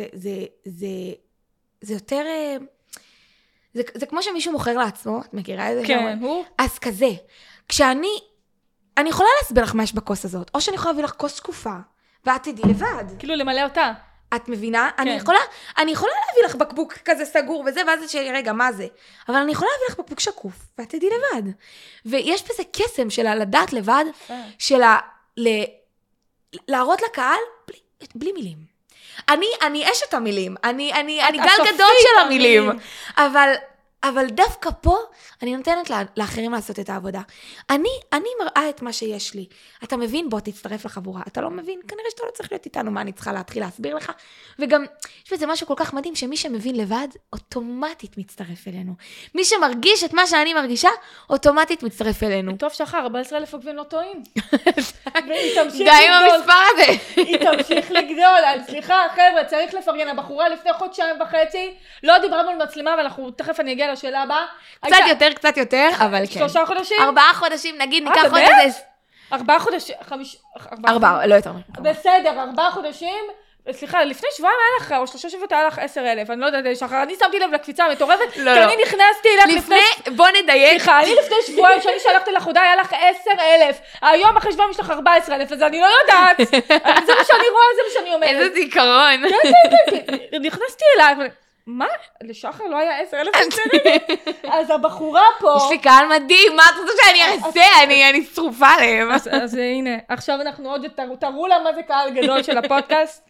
זה יותר... זה כמו שמישהו מוכר לעצמו, את מכירה את זה? כן, הוא. אז כזה, אני יכולה להסביר לך מה יש בכוס הזאת, או שאני יכולה להביא לך כוס שקופה, ואת תדעי לבד. כאילו למלא אותה. את מבינה? כן. אני יכולה להביא לך בקבוק כזה סגור וזה, ואז תשאלי, רגע, מה זה? אבל אני יכולה להביא לך בקבוק שקוף, ואת תדעי לבד. ויש בזה קסם של לדעת לבד, של להראות לקהל בלי מילים. אני אשת המילים, אני גל גדול של המילים, אבל דווקא פה אני נותנת לאחרים לעשות את העבודה. אני מראה את מה שיש לי. אתה מבין? בוא תצטרף לחבורה. אתה לא מבין? כנראה שאתה לא צריך להיות איתנו, מה אני צריכה להתחיל להסביר לך? וגם, יש בזה משהו כל כך מדהים, שמי שמבין לבד, אוטומטית מצטרף אלינו. מי שמרגיש את מה שאני מרגישה, אוטומטית מצטרף אלינו. טוב שחר, 14,000 עוקבים לא טועים. די עם המספר הזה. היא תמשיך לגדול. סליחה, חבר'ה, צריך לפרגן. הבחורה לפני חודשיים וחצי, לא דיברנו על מצלמה, אבל תכף אני אגיע לשאלה הבאה. קצת יותר, אבל כן. 3 חודשים? 4 חודשים, נגיד, ניקח עוד איזה... 4 חודשים, 4, לא יותר. בסדר, 4 חודשים, סליחה, לפני שבועיים היה לך, או 3 שבועות היה לך 10,000, אני לא יודעת, שחר, אני שמתי לב לקפיצה המטורפת, כי אני נכנסתי לך לפני... בוא נדייק. סליחה, אני לפני שבועיים, שאני שלחתי לך הודעה, היה לך 10,000, היום החשבון יש לך 14,000, אז אני לא יודעת, זה מה שאני רואה, זה מה שאני אומרת. איזה זיכרון. כן, נכנסתי אליי, מה? לשחר לא היה 10,000 אז הבחורה פה... יש לי קהל מדהים, מה את רוצה שאני אעשה? אני שרופה עליהם. אז הנה, עכשיו אנחנו עוד תראו לה מה זה קהל גדול של הפודקאסט.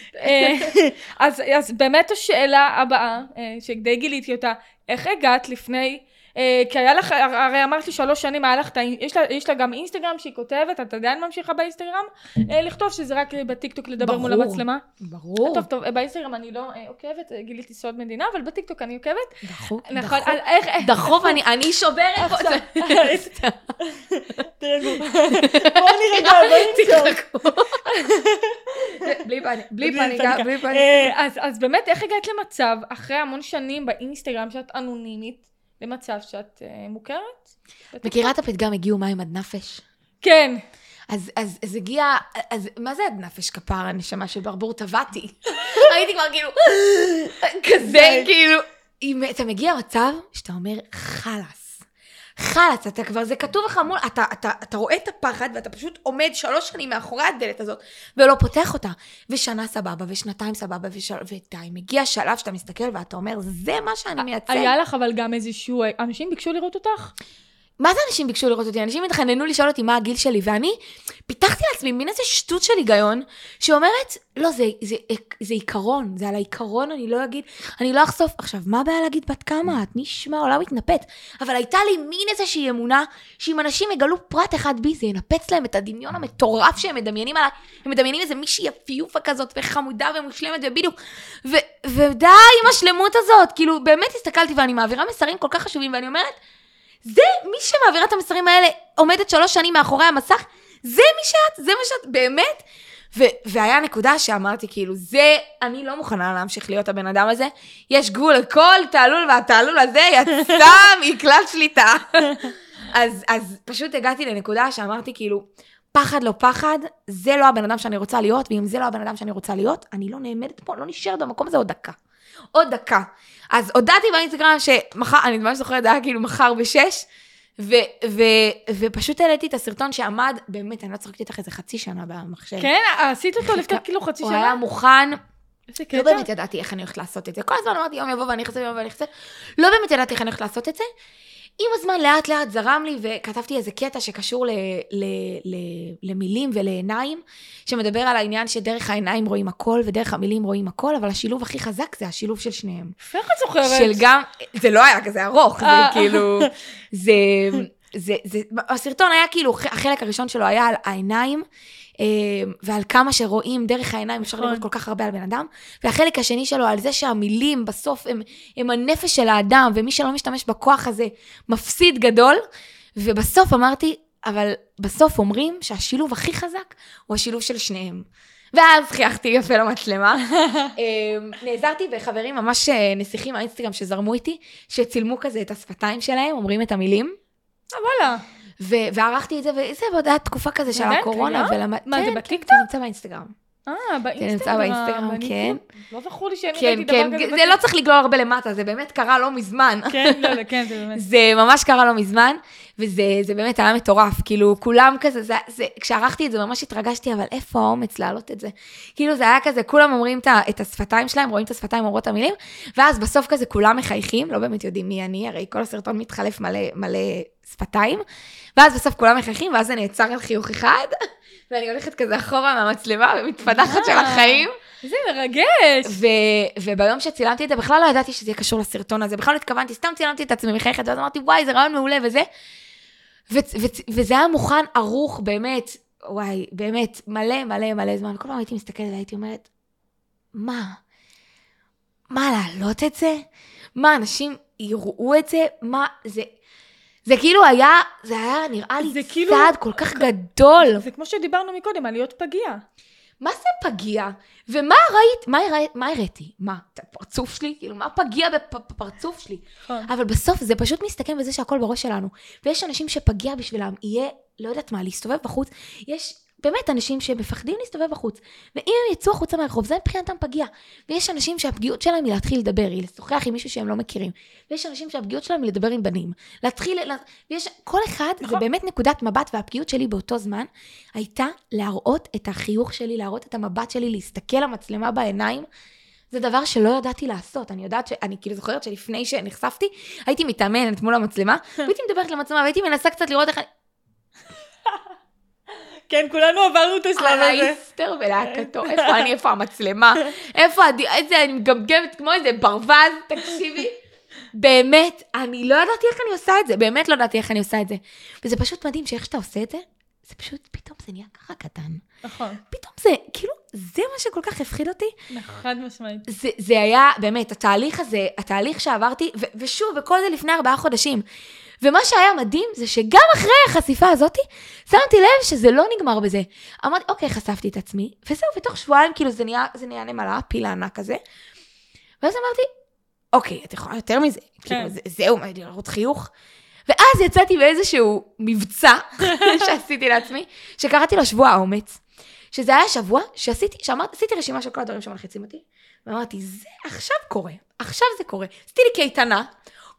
אז באמת השאלה הבאה, שדי גיליתי אותה, איך הגעת לפני... כי היה לך, הרי אמרת לי 3 שנים, יש לה גם אינסטגרם שהיא כותבת, אתה עדיין ממשיכה באינסטגרם, לכתוב שזה רק בטיקטוק לדבר מול המצלמה. ברור. טוב, באינסטגרם אני לא עוקבת, גיליתי סוד מדינה, אבל בטיקטוק אני עוקבת. דחוף, אני שוברת. תרגעו. בואו נרגע, בואו נמשוך. בלי פניקה. אז באמת, איך הגעת למצב, אחרי המון שנים באינסטגרם שאת אנונימית, למצב שאת מוכרת? מכירה את הפתגם הגיעו מים עד נפש? כן. אז הגיע, מה זה עד נפש כפר, הנשמה של ברבור טבעתי? הייתי כבר כאילו, כזה כאילו, אתה מגיע מצב שאתה אומר חלס, חלץ, אתה כבר, זה כתוב לך מול, אתה רואה את הפחד, ואתה פשוט עומד 3 שנים מאחורי הדלת הזאת, ולא פותח אותה. ושנה סבבה, ושנתיים סבבה, ודי, מגיע שלב שאתה מסתכל, ואתה אומר, זה מה שאני מייצג. היה לך אבל גם איזשהו, אנשים ביקשו לראות אותך? מה זה אנשים ביקשו לראות אותי? אנשים התחננו לשאול אותי מה הגיל שלי, ואני פיתחתי לעצמי מין איזה שטות של היגיון, שאומרת, לא, זה עיקרון, זה על העיקרון, אני לא אגיד, אני לא אחשוף. עכשיו, מה הבעיה להגיד בת כמה? את נשמע, עולם מתנפץ. אבל הייתה לי מין איזושהי אמונה, שאם אנשים יגלו פרט אחד בי, זה ינפץ להם את הדמיון המטורף שהם מדמיינים עליי, הם מדמיינים איזה מישהי יפיופה כזאת, וחמודה ומושלמת, ובדיוק, ודי עם השלמות הזאת, כאילו, באמת הסתכלתי ואני מעבירה מסרים כל כך חשובים, ואני אומרת, זה מי שמעבירה את המסרים האלה, עומדת 3 שנים מאחורי המסך, זה מי שאת, זה מה שאת, באמת. והיה נקודה שאמרתי, כאילו, זה, אני לא מוכנה להמשיך להיות הבן אדם הזה, יש גבול לכל תעלול, והתעלול הזה יצא מכלל שליטה. אז פשוט הגעתי לנקודה שאמרתי, כאילו, פחד לא פחד, זה לא הבן אדם שאני רוצה להיות, ואם זה לא הבן אדם שאני רוצה להיות, אני לא נעמדת פה, לא נשארת במקום הזה עוד דקה. אז הודעתי באינסטגרם שמחר, אני ממש זוכרת, זה היה כאילו מחר ב6, ופשוט העליתי את הסרטון שעמד, באמת, אני לא צחקתי איתך איזה חצי שנה במחשב. כן, עשית אותו לפני כאילו חצי שנה? הוא היה מוכן, איזה קטע? לא באמת ידעתי איך אני הולכת לעשות את זה. כל הזמן אמרתי, יום יבוא ואני אחצה, לא באמת ידעתי איך אני הולכת לעשות את זה. עם הזמן לאט לאט זרם לי, וכתבתי איזה קטע שקשור למילים ולעיניים, שמדבר על העניין שדרך העיניים רואים הכל, ודרך המילים רואים הכל, אבל השילוב הכי חזק זה השילוב של שניהם. איך את זוכרת? של גם, זה לא היה כזה ארוך, זה כאילו, הסרטון היה כאילו, החלק הראשון שלו היה על העיניים, ועל כמה שרואים דרך העיניים אפשר לראות כל כך הרבה על בן אדם, והחלק השני שלו על זה שהמילים בסוף הם הנפש של האדם, ומי שלא משתמש בכוח הזה מפסיד גדול, ובסוף אמרתי, אבל בסוף אומרים שהשילוב הכי חזק הוא השילוב של שניהם. ואז חייכתי יפה למצלמה. נעזרתי בחברים ממש נסיכים מהאינסטגרם שזרמו איתי, שצילמו כזה את השפתיים שלהם, אומרים את המילים. וואלה. וערכתי את זה, וזה היה תקופה כזה של הקורונה. מה, זה בטיקטוק? זה נמצא באינסטגרם. באינסטגרם. זה נמצא באינסטגרם, כן. לא זכור לי שאני ראיתי דבר כזה בטיקטוק. זה לא צריך לגלול הרבה למטה, זה באמת קרה לא מזמן. כן, לא, כן, זה באמת. זה ממש קרה לא מזמן, וזה באמת היה מטורף. כאילו, כולם כזה, כשערכתי את זה ממש התרגשתי, אבל איפה האומץ להעלות את זה? כאילו, זה היה כזה, כולם אומרים את השפתיים שלהם, רואים את השפתיים, אומרות המילים, ואז בסוף כזה כולם מחייכים, לא באמת יודעים מי אני, הרי כל הסרטון מתחלף מלא שפתיים, ואז בסוף כולם מחייכים, ואז זה נעצר על חיוך אחד, ואני הולכת כזה אחורה מהמצלמה, ומתפתחת של החיים. זה מרגש. וביום שצילמתי את זה, בכלל לא ידעתי שזה יהיה קשור לסרטון הזה, בכלל לא התכוונתי, סתם צילמתי את עצמי מחייכת, ואז אמרתי, וואי, זה רעיון מעולה וזה. וזה היה מוכן ערוך, באמת, וואי, באמת, מלא זמן. כל פעם הייתי מסתכלת והייתי אומרת, מה להעלות את זה? מה, אנשים יראו את זה? מה, זה כאילו היה, זה היה נראה לי צעד כל כך גדול. זה כמו שדיברנו מקודם, על להיות פגיע. מה זה פגיע? ומה ראית? מה הראיתי? מה? פרצוף שלי? כאילו, מה פגיע בפרצוף שלי? אבל בסוף זה פשוט מסתכם בזה שהכל בראש שלנו. ויש אנשים שפגיע בשבילם יהיה, לא יודעת מה, להסתובב בחוץ. יש באמת אנשים שמפחדים להסתובב בחוץ. ואם הם יצאו החוצה מהרחוב, זה מבחינתם פגיע. ויש אנשים שהפגיעות שלהם היא להתחיל לדבר, היא לשוחח עם מישהו שהם לא מכירים. ויש אנשים שהפגיעות שלהם היא לדבר עם בנים. כל אחד, זה באמת נקודת מבט, והפגיעות שלי באותו זמן, הייתה להראות את החיוך שלי, להראות את המבט שלי, להסתכל למצלמה בעיניים. זה דבר שלא ידעתי לעשות. אני יודעת אני כאילו זוכרת שלפני שנחשפתי, הייתי מתאמנת מול המצלמה, והייתי מדברת למצלמה, והייתי מנסה קצת לראות איך כן, כולנו עברנו את השלב הזה. האיסטר ולהקתו, איפה אני, איפה המצלמה, איזה אני מגמגמת כמו איזה ברווז, תקשיבי. באמת, אני לא ידעתי איך אני עושה את זה, באמת לא ידעתי איך אני עושה את זה. וזה פשוט מדהים שאיך שאתה עושה את זה, זה פשוט פתאום זה נהיה ככה קטן. נכון. פתאום זה, כאילו, זה מה שכל כך הפחיד אותי. חד משמעית. זה היה, באמת, התהליך הזה, התהליך שעברתי, ושוב, וכל זה לפני 4 חודשים. ומה שהיה מדהים זה שגם אחרי החשיפה הזאת, שמתי לב שזה לא נגמר בזה. אמרתי, אוקיי, חשפתי את עצמי, וזהו, בתוך שבועיים, כאילו, זה נהיה נמלה, פיל הענק כזה. ואז אמרתי, אוקיי, את יכולה יותר מזה. כאילו, זהו, לראות חיוך. ואז יצאתי באיזשהו מבצע שעשיתי לעצמי, שקראתי לו שבוע האומץ. שזה היה שבוע שעשיתי רשימה של כל הדברים שמלחיצים אותי, ואמרתי, זה עכשיו קורה, עכשיו זה קורה. עשיתי לי קייטנה,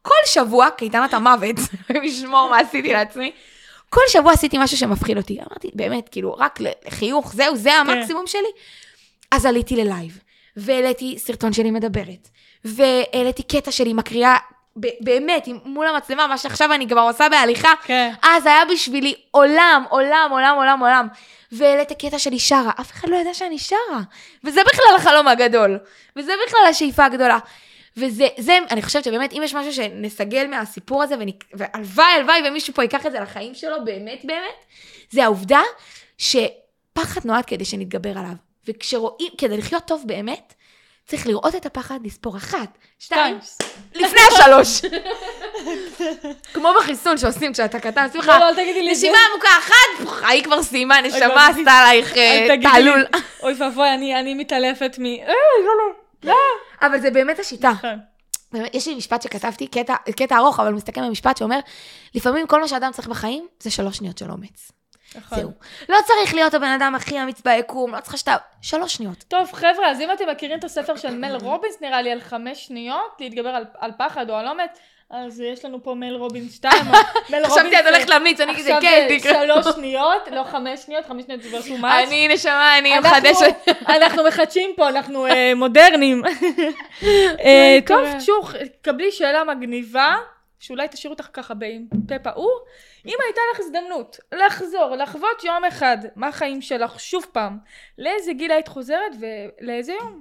כל שבוע, קייטנת המוות, משמור מה עשיתי לעצמי, כל שבוע עשיתי משהו שמפחיד אותי. אמרתי, באמת, כאילו, רק לחיוך, זהו, זה המקסימום שלי. אז עליתי ללייב, והעליתי סרטון שלי מדברת, והעליתי קטע שלי מקריאה, באמת, מול המצלמה, מה שעכשיו אני כבר עושה בהליכה, אז היה בשבילי עולם, עולם, עולם, עולם, עולם. והעליתי קטע שלי שרה, אף אחד לא ידע שאני שרה. וזה בכלל החלום הגדול. וזה בכלל השאיפה הגדולה. וזה, אני חושבת שבאמת, אם יש משהו שנסגל מהסיפור הזה, והלוואי, ומישהו פה ייקח את זה לחיים שלו, באמת, זה העובדה שפחד נועד כדי שנתגבר עליו. וכשרואים, כדי לחיות טוב באמת, צריך לראות את הפחד, לספור 1, 2, לפני 3. כמו בחיסון שעושים כשאתה קטן, עושים לך, נשימה עמוקה 1, היא כבר סיימה, נשמה עשתה עלייך תעלול. אוי ואבוי, אני מתעלפת לא. אבל זה באמת השיטה. יש לי משפט שכתבתי, קטע ארוך, אבל מסתכל במשפט שאומר, לפעמים כל מה שאדם צריך בחיים, זה 3 שניות של אומץ. זהו. לא צריך להיות הבן אדם הכי אמיץ ביקום, לא צריך 3 שניות. טוב, חבר'ה, אז אם אתם מכירים את הספר של מל רובינס, נראה לי על 5 שניות, להתגבר על פחד או על אומץ, אז יש לנו פה מל רובינס 2. חשבתי, את הולכת להמליץ, אני כזה, כן, תקרא. 3 שניות, לא 5 שניות, 5 שניות זה כבר too much. אני נשמה, אני מחדשת. אנחנו מחדשים פה, אנחנו מודרניים. טוב, שוך, קבלי שאלה מגניבה, שאולי תשאיר אותך ככה בפה פעור. אם הייתה לך הזדמנות לחזור, לחוות יום אחד מהחיים שלך שוב פעם, לאיזה גיל היית חוזרת ולאיזה יום?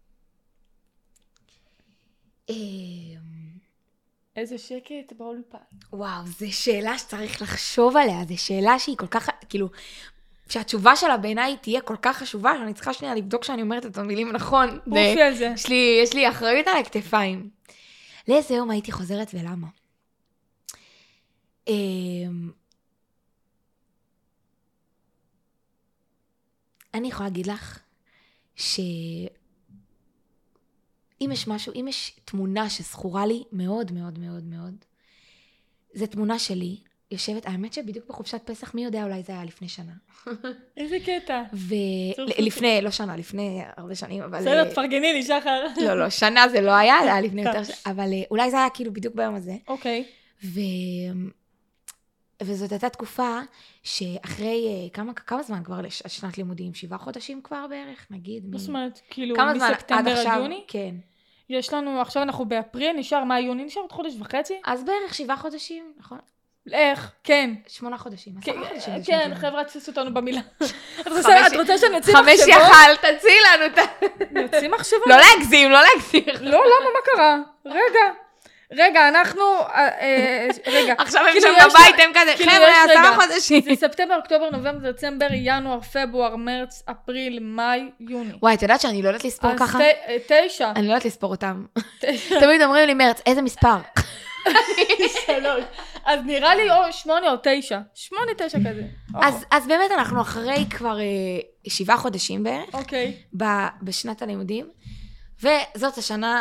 איזה שקט באולפן. וואו, זו שאלה שצריך לחשוב עליה, זו שאלה שהיא כל כך, כאילו, שהתשובה שלה בעיניי תהיה כל כך חשובה, שאני צריכה שנייה לבדוק שאני אומרת את המילים נכון. אופי על זה. יש לי אחריות על הכתפיים. לאיזה יום הייתי חוזרת ולמה? אני יכולה להגיד לך שאם יש משהו, אם יש תמונה שזכורה לי מאוד מאוד מאוד מאוד, זו תמונה שלי, יושבת, האמת שבדיוק בחופשת פסח, מי יודע, אולי זה היה לפני שנה. איזה קטע. לפני, לא שנה, לפני הרבה שנים, אבל... בסדר, תפרגני לי, שחר. לא, שנה זה לא היה, זה היה לפני יותר, אבל אולי זה היה כאילו בדיוק ביום הזה. אוקיי. וזאת הייתה תקופה שאחרי כמה זמן כבר לשנת לימודים? 7 חודשים כבר בערך, נגיד. זאת אומרת, כאילו, מספטמבר עד יוני? כן. יש לנו, עכשיו אנחנו באפריל, נשאר מה יוני? נשאר עוד חודש וחצי? אז בערך 7 חודשים, נכון? איך? כן. 8 חודשים. כן, חבר'ה, תפסו אותנו במילה. את רוצה שנציא מחשבות? 5 יחל, תציעי לנו את ה... נציא מחשבות? לא להגזים, לא להגזים. לא, למה, מה קרה? רגע, אנחנו, עכשיו הם שם בבית, הם כזה, חבר'ה, 10 חודשים. זה ספטמבר, אוקטובר, נובמבר, דצמבר, ינואר, פברואר, מרץ, אפריל, מאי, יוני. וואי, את יודעת שאני לא יודעת לספור ככה? אז 9. אני לא יודעת לספור אותם. תמיד אומרים לי, מרץ, איזה מספר? 3. אז נראה לי 8 או 9. 8, 9 כזה. אז באמת אנחנו אחרי כבר 7 חודשים בערך. אוקיי. בשנת הלימודים. וזאת השנה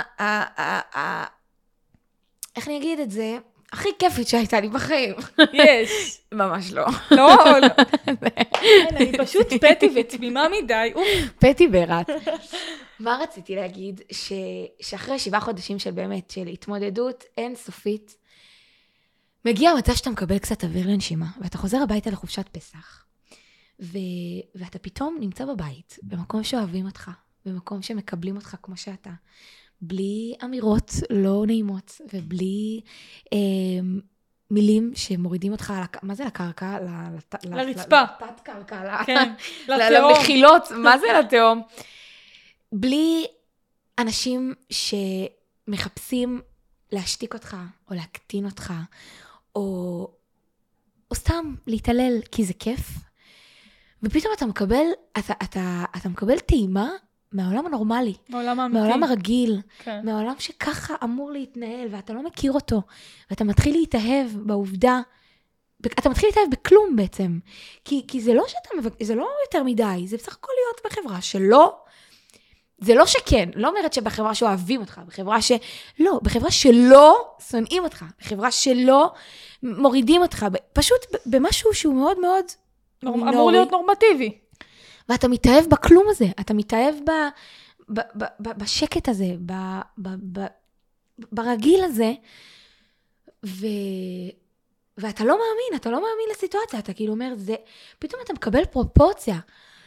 איך אני אגיד את זה? הכי כיפית שהייתה לי בחיים. יש. ממש לא. לא. אני פשוט פטי ותמימה מדי. פטי ברט. מה רציתי להגיד? שאחרי 7 חודשים של באמת, של התמודדות אינסופית, מגיע המצב שאתה מקבל קצת אוויר לנשימה, ואתה חוזר הביתה לחופשת פסח, ואתה פתאום נמצא בבית, במקום שאוהבים אותך, במקום שמקבלים אותך כמו שאתה, בלי אמירות לא נעימות, ובלי מילים שמורידים אותך, מה זה לקרקע? לרצפה. לתת קרקע, כן, לתהום. למחילות, מה זה לתהום? בלי אנשים שמחפשים להשתיק אותך, או להקטין אותך, או סתם להתעלל, כי זה כיף. ופתאום אתה מקבל טעימה מהעולם הנורמלי. מהעולם האמיתי. מהעולם הרגיל. כן. מהעולם שככה אמור להתנהל, ואתה לא מכיר אותו. ואתה מתחיל להתאהב בעובדה, אתה מתחיל להתאהב בכלום בעצם. כי זה לא זה לא יותר מדי, זה בסך הכל להיות בחברה שלא, זה לא שכן, לא אומרת שבחברה שאוהבים אותך, בחברה שלא שונאים אותך, בחברה שלא מורידים אותך, פשוט במשהו שהוא מאוד מאוד מינורי. אמור להיות נורמטיבי. ואתה מתאהב בכלום הזה, אתה מתאהב בשקט הזה, ברגיל הזה, ואתה לא מאמין, אתה לא מאמין לסיטואציה, אתה כאילו אומר, פתאום אתה מקבל פרופורציה.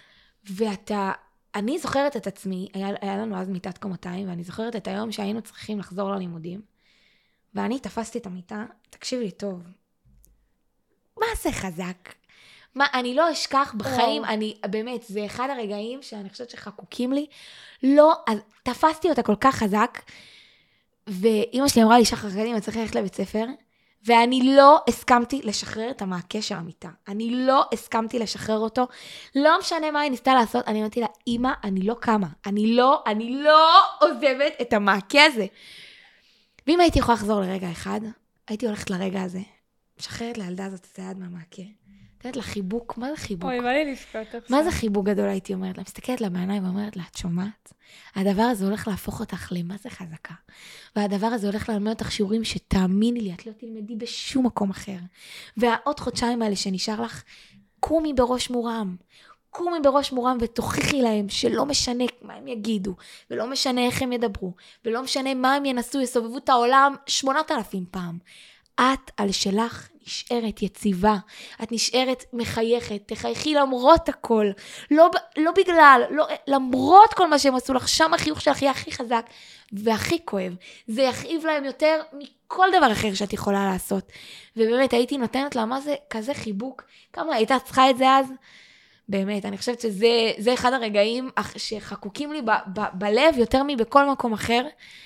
אני זוכרת את עצמי, היה לנו אז מיטת קומתיים, ואני זוכרת את היום שהיינו צריכים לחזור ללימודים, ואני תפסתי את המיטה, תקשיב לי טוב, מה זה חזק? אני לא אשכח בחיים, באמת, זה אחד הרגעים שאני חושבת שחקוקים לי, לא, אז תפסתי אותה כל כך חזק, ואמא שלי אמרה לי, שחר קדימה, צריך ללכת לבית ספר, ואני לא הסכמתי לשחרר את המעקה של המיטה. אני לא הסכמתי לשחרר אותו. לא משנה מה היא ניסתה לעשות, אני אמרתי לה, אמא, אני לא קמה. אני לא עוזבת את המעקה הזה. ואם הייתי יכולה לחזור לרגע אחד, הייתי הולכת לרגע הזה, משחררת לילדה הזאת את היד מהמעקה. תראית לה חיבוק, מה זה חיבוק? אוי, בא לי לבכות. מה זה חיבוק גדול הייתי אומרת לה? מסתכלת לה בעיניים ואומרת לה, את שומעת? הדבר הזה הולך להפוך אותך למה זה חזקה. והדבר הזה הולך ללמד אותך שיעורים שתאמיני לי, את לא תלמדי בשום מקום אחר. והעוד חודשיים האלה שנשאר לך, קומי בראש מורם. קומי בראש מורם ותוכיחי להם שלא משנה מה הם יגידו, ולא משנה איך הם ידברו, ולא משנה מה הם ינסו, יסובבו את העולם 8,000 פעם. את על שלך נשארת יציבה, את נשארת מחייכת, תחייכי למרות הכל, לא בגלל, למרות כל מה שהם עשו לך, שם החיוך שלך יהיה הכי חזק והכי כואב, זה יכאיב להם יותר מכל דבר אחר שאת יכולה לעשות, ובאמת הייתי נותנת לה מה זה כזה חיבוק, כמה הייתה צריכה את זה אז, באמת, אני חושבת שזה אחד הרגעים שחקוקים לי בלב יותר מבכל מקום אחר,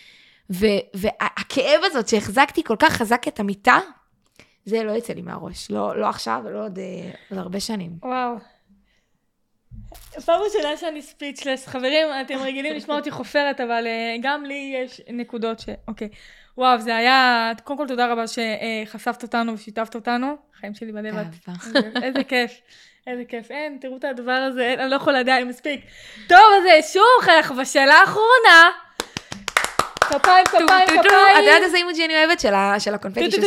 והכאב הזאת שהחזקתי כל כך חזק את המיטה, זה לא יצא לי מהראש, לא עכשיו ולא עוד הרבה שנים. וואו. פעם ראשונה שאני ספיצ'לס, חברים, אתם רגילים לשמוע אותי חופרת, אבל גם לי יש נקודות אוקיי. וואו, זה היה, קודם כל תודה רבה שחשפת אותנו ושיתפת אותנו, חיים שלי בלבת. איזה כיף. איזה כיף, אין, תראו את הדבר הזה, אני לא יכולה לדעת, מספיק. טוב, אז שוב, אנחנו בשאלה האחרונה. כפיים. את יודעת איזה אימוג'י אני אוהבת של הקונפטי שזה?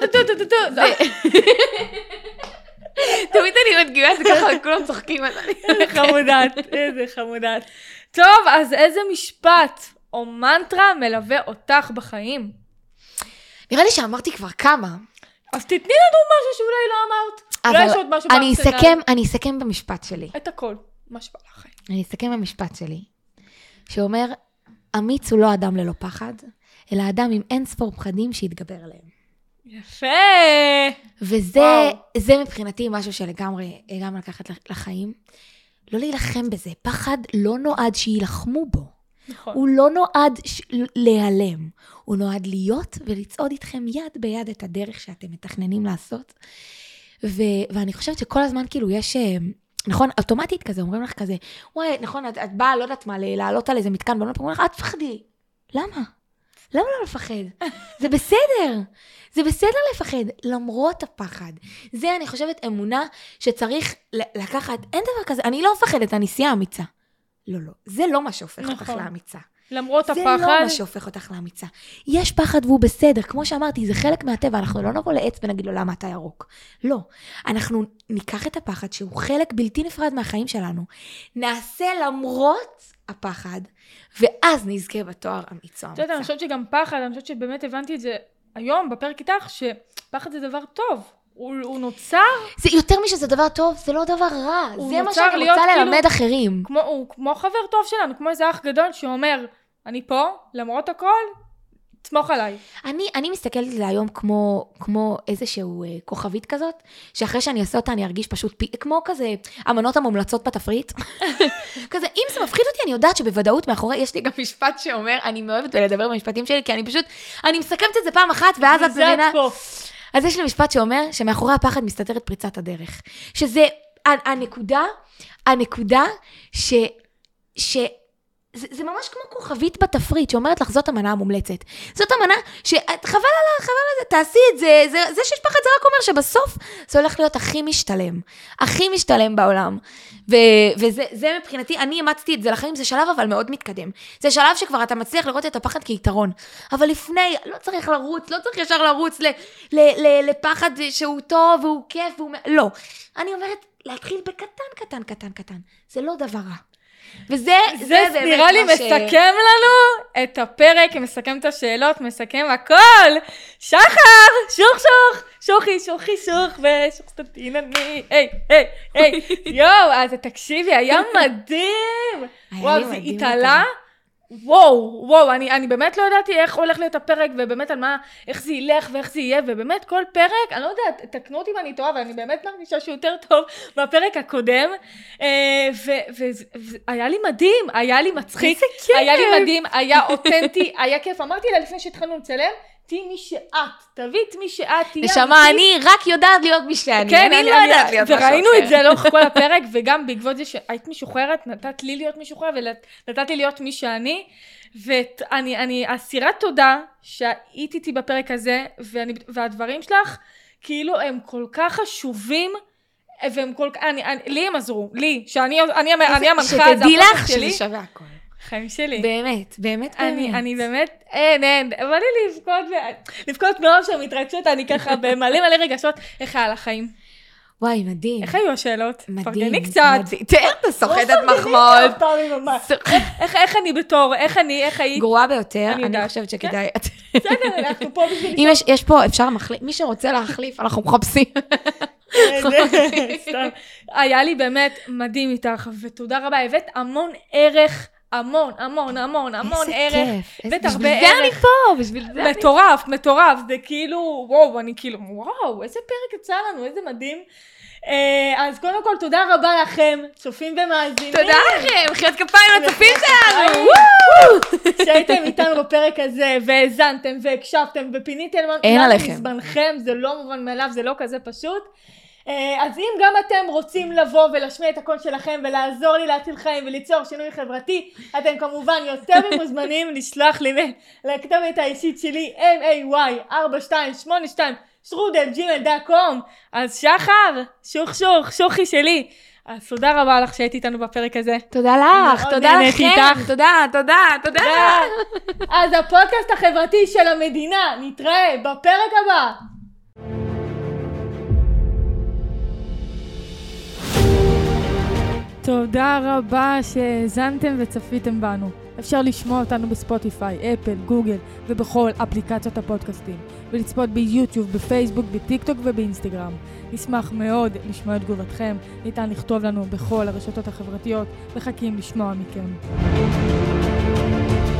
תמיד אני מדגימה את זה ככה, כולם צוחקים. איזה חמודת. טוב, אז איזה משפט או מנטרה מלווה אותך בחיים? נראה לי שאמרתי כבר כמה. אז תתני לנו משהו שאולי לא אמרת. אני אסכם במשפט שלי. את הכל, מה שבא לך. אני אסכם במשפט שלי, שאומר, אמיץ הוא לא אדם ללא פחד, אלא אדם עם אין ספור פחדים שיתגבר עליהם. יפה! וזה מבחינתי משהו שלגמרי לקחת לחיים. לא להילחם בזה. פחד לא נועד שילחמו בו. נכון. הוא לא נועד להיעלם. הוא נועד להיות ולצעוד איתכם יד ביד את הדרך שאתם מתכננים לעשות. ואני חושבת שכל הזמן כאילו יש, נכון, אוטומטית כזה, אומרים לך כזה, וואי, נכון, את באה, לא יודעת מה, לעלות על איזה מתקן, אומרים לך, את תפחדי. למה? למה לא לפחד? זה בסדר. זה בסדר לפחד, למרות הפחד. זה, אני חושבת, אמונה שצריך לקחת, אין דבר כזה, אני לא מפחדת, אני שיא אמיצה. לא. זה לא מה שהופך אותך לאמיצה. למרות הפחד. זה לא מה שהופך אותך לאמיצה. יש פחד והוא בסדר, כמו שאמרתי, זה חלק מהטבע, אנחנו לא נבוא לעץ ונגיד לו למה אתה ירוק. לא. אנחנו ניקח את הפחד שהוא חלק בלתי נפרד מהחיים שלנו, נעשה למרות הפחד, ואז נזכה בתואר אמיץ או אמיצה. אני חושבת שגם פחד, אני חושבת שבאמת הבנתי את זה היום בפרק איתך, שפחד זה דבר טוב. הוא נוצר. זה יותר משזה דבר טוב, זה לא דבר רע. זה מה שאני רוצה ללמד אחרים. הוא כמו חבר טוב שלנו, כמו איזה אח גדול שאומר, אני פה, למרות הכל, תסמוך עליי. אני מסתכלת על זה היום כמו איזשהו כוכבית כזאת, שאחרי שאני אעשה אותה אני ארגיש פשוט כמו כזה המנות המומלצות בתפריט. כזה, אם זה מפחיד אותי, אני יודעת שבוודאות מאחורי, יש לי גם משפט שאומר, אני מאוהבת לדבר במשפטים שלי, כי אני מסכמת את זה פעם אחת, ואז את מבינה. אז יש לי משפט שאומר שמאחורי הפחד מסתתרת פריצת הדרך. שזה הנקודה זה ממש כמו כוכבית בתפריט, שאומרת לך, זאת המנה המומלצת. זאת המנה חבל על זה, תעשי את זה. זה שיש פחד זה רק אומר שבסוף זה הולך להיות הכי משתלם בעולם. וזה מבחינתי, אני אימצתי את זה לחיים, זה שלב אבל מאוד מתקדם. זה שלב שכבר אתה מצליח לראות את הפחד כיתרון. אבל לפני, לא צריך ישר לרוץ לפחד שהוא טוב והוא כיף, לא. אני אומרת, להתחיל בקטן. זה לא דבר רע. וזה זה באמת נראה לי מה ש... מסכם לנו את הפרק, מסכם את השאלות, מסכם הכל. שחר, שוחי, שוח ושוחסטטין אני, היי, יואו, אז תקשיבי, היה מדהים. וואו, זה התעלה. וואו, אני באמת לא ידעתי איך הולך להיות הפרק, ובאמת על מה, איך זה ילך ואיך זה יהיה, ובאמת כל פרק, אני לא יודעת, תקנו אותי אם אני טועה, ואני באמת מרגישה שהוא יותר טוב מהפרק הקודם, והיה לי מדהים, היה לי מצחיק, היה לי מדהים, היה אותנטי, היה כיף, אמרתי לה לפני שהתחלנו לצלם, תהי מי שאת, תביא את מי שאת, תהיה נשמה, אני רק יודעת להיות מי שאני, כן, אני לא יודעת להיות משהו אחר. וראינו את זה לאורך כל הפרק, וגם בעקבות זה שהיית משוחררת, נתת לי להיות משוחררת, ונתת לי להיות מי שאני, ואני אסירת תודה שהיית איתי בפרק הזה, והדברים שלך, כאילו הם כל כך חשובים, והם כל כך, לי הם עזרו, לי, שאני המנחה, שתדעי לך שזה שווה הכל. חיים שלי. באמת. אני באמת, אין, אבל לי לבכות מאוד שמתרגשות, אני ככה במלא רגשות, איך היה לחיים? וואי, מדהים. איך היו השאלות? מדהים. פרגני קצת. תראה, אתה סוחטת מחמאות. איך אני בתור, איך היית? גרועה ביותר, אני חושבת שכדאי. בסדר, אנחנו פה בשביל... אם יש פה, אפשר מחליף, מי שרוצה להחליף, אנחנו מחפשים. היה לי באמת מדהים איתך, ותודה רבה, הבאת המון ערך, המון ערך. איזה כיף. בשביל זה אני פה, בשביל זה אני פה. מטורף, זה כאילו, וואו, איזה פרק יצא לנו, איזה מדהים. אז קודם כל, תודה רבה לכם, צופים ומאזינים. תודה לכם, מחיאות כפיים לצופים שלנו. שהייתם איתנו בפרק הזה, והאזנתם, והקשבתם, ופיניתם מזמנכם, זה לא מובן מאליו, זה לא כזה פשוט. אז אם גם אתם רוצים לבוא ולשמיע את הקול שלכם ולעזור לי להציל חיים וליצור שינוי חברתי, אתם כמובן יותר ממוזמנים לשלוח לי לכתובת האישית שלי may4282@gmail.com. אז שחר, שוחי שלי, אז תודה רבה לך שהיית איתנו בפרק הזה. תודה לך, תודה לכם, תודה. אז הפודקאסט החברתי של המדינה, נתראה בפרק הבא. תודה רבה שהאזנתם וצפיתם בנו. אפשר לשמוע אותנו בספוטיפיי, אפל, גוגל ובכל אפליקציות הפודקאסטים, ולצפות ביוטיוב, בפייסבוק, בטיקטוק ובאינסטגרם. נשמח מאוד לשמוע את תגובתכם, ניתן לכתוב לנו בכל הרשתות החברתיות, מחכים לשמוע מכם.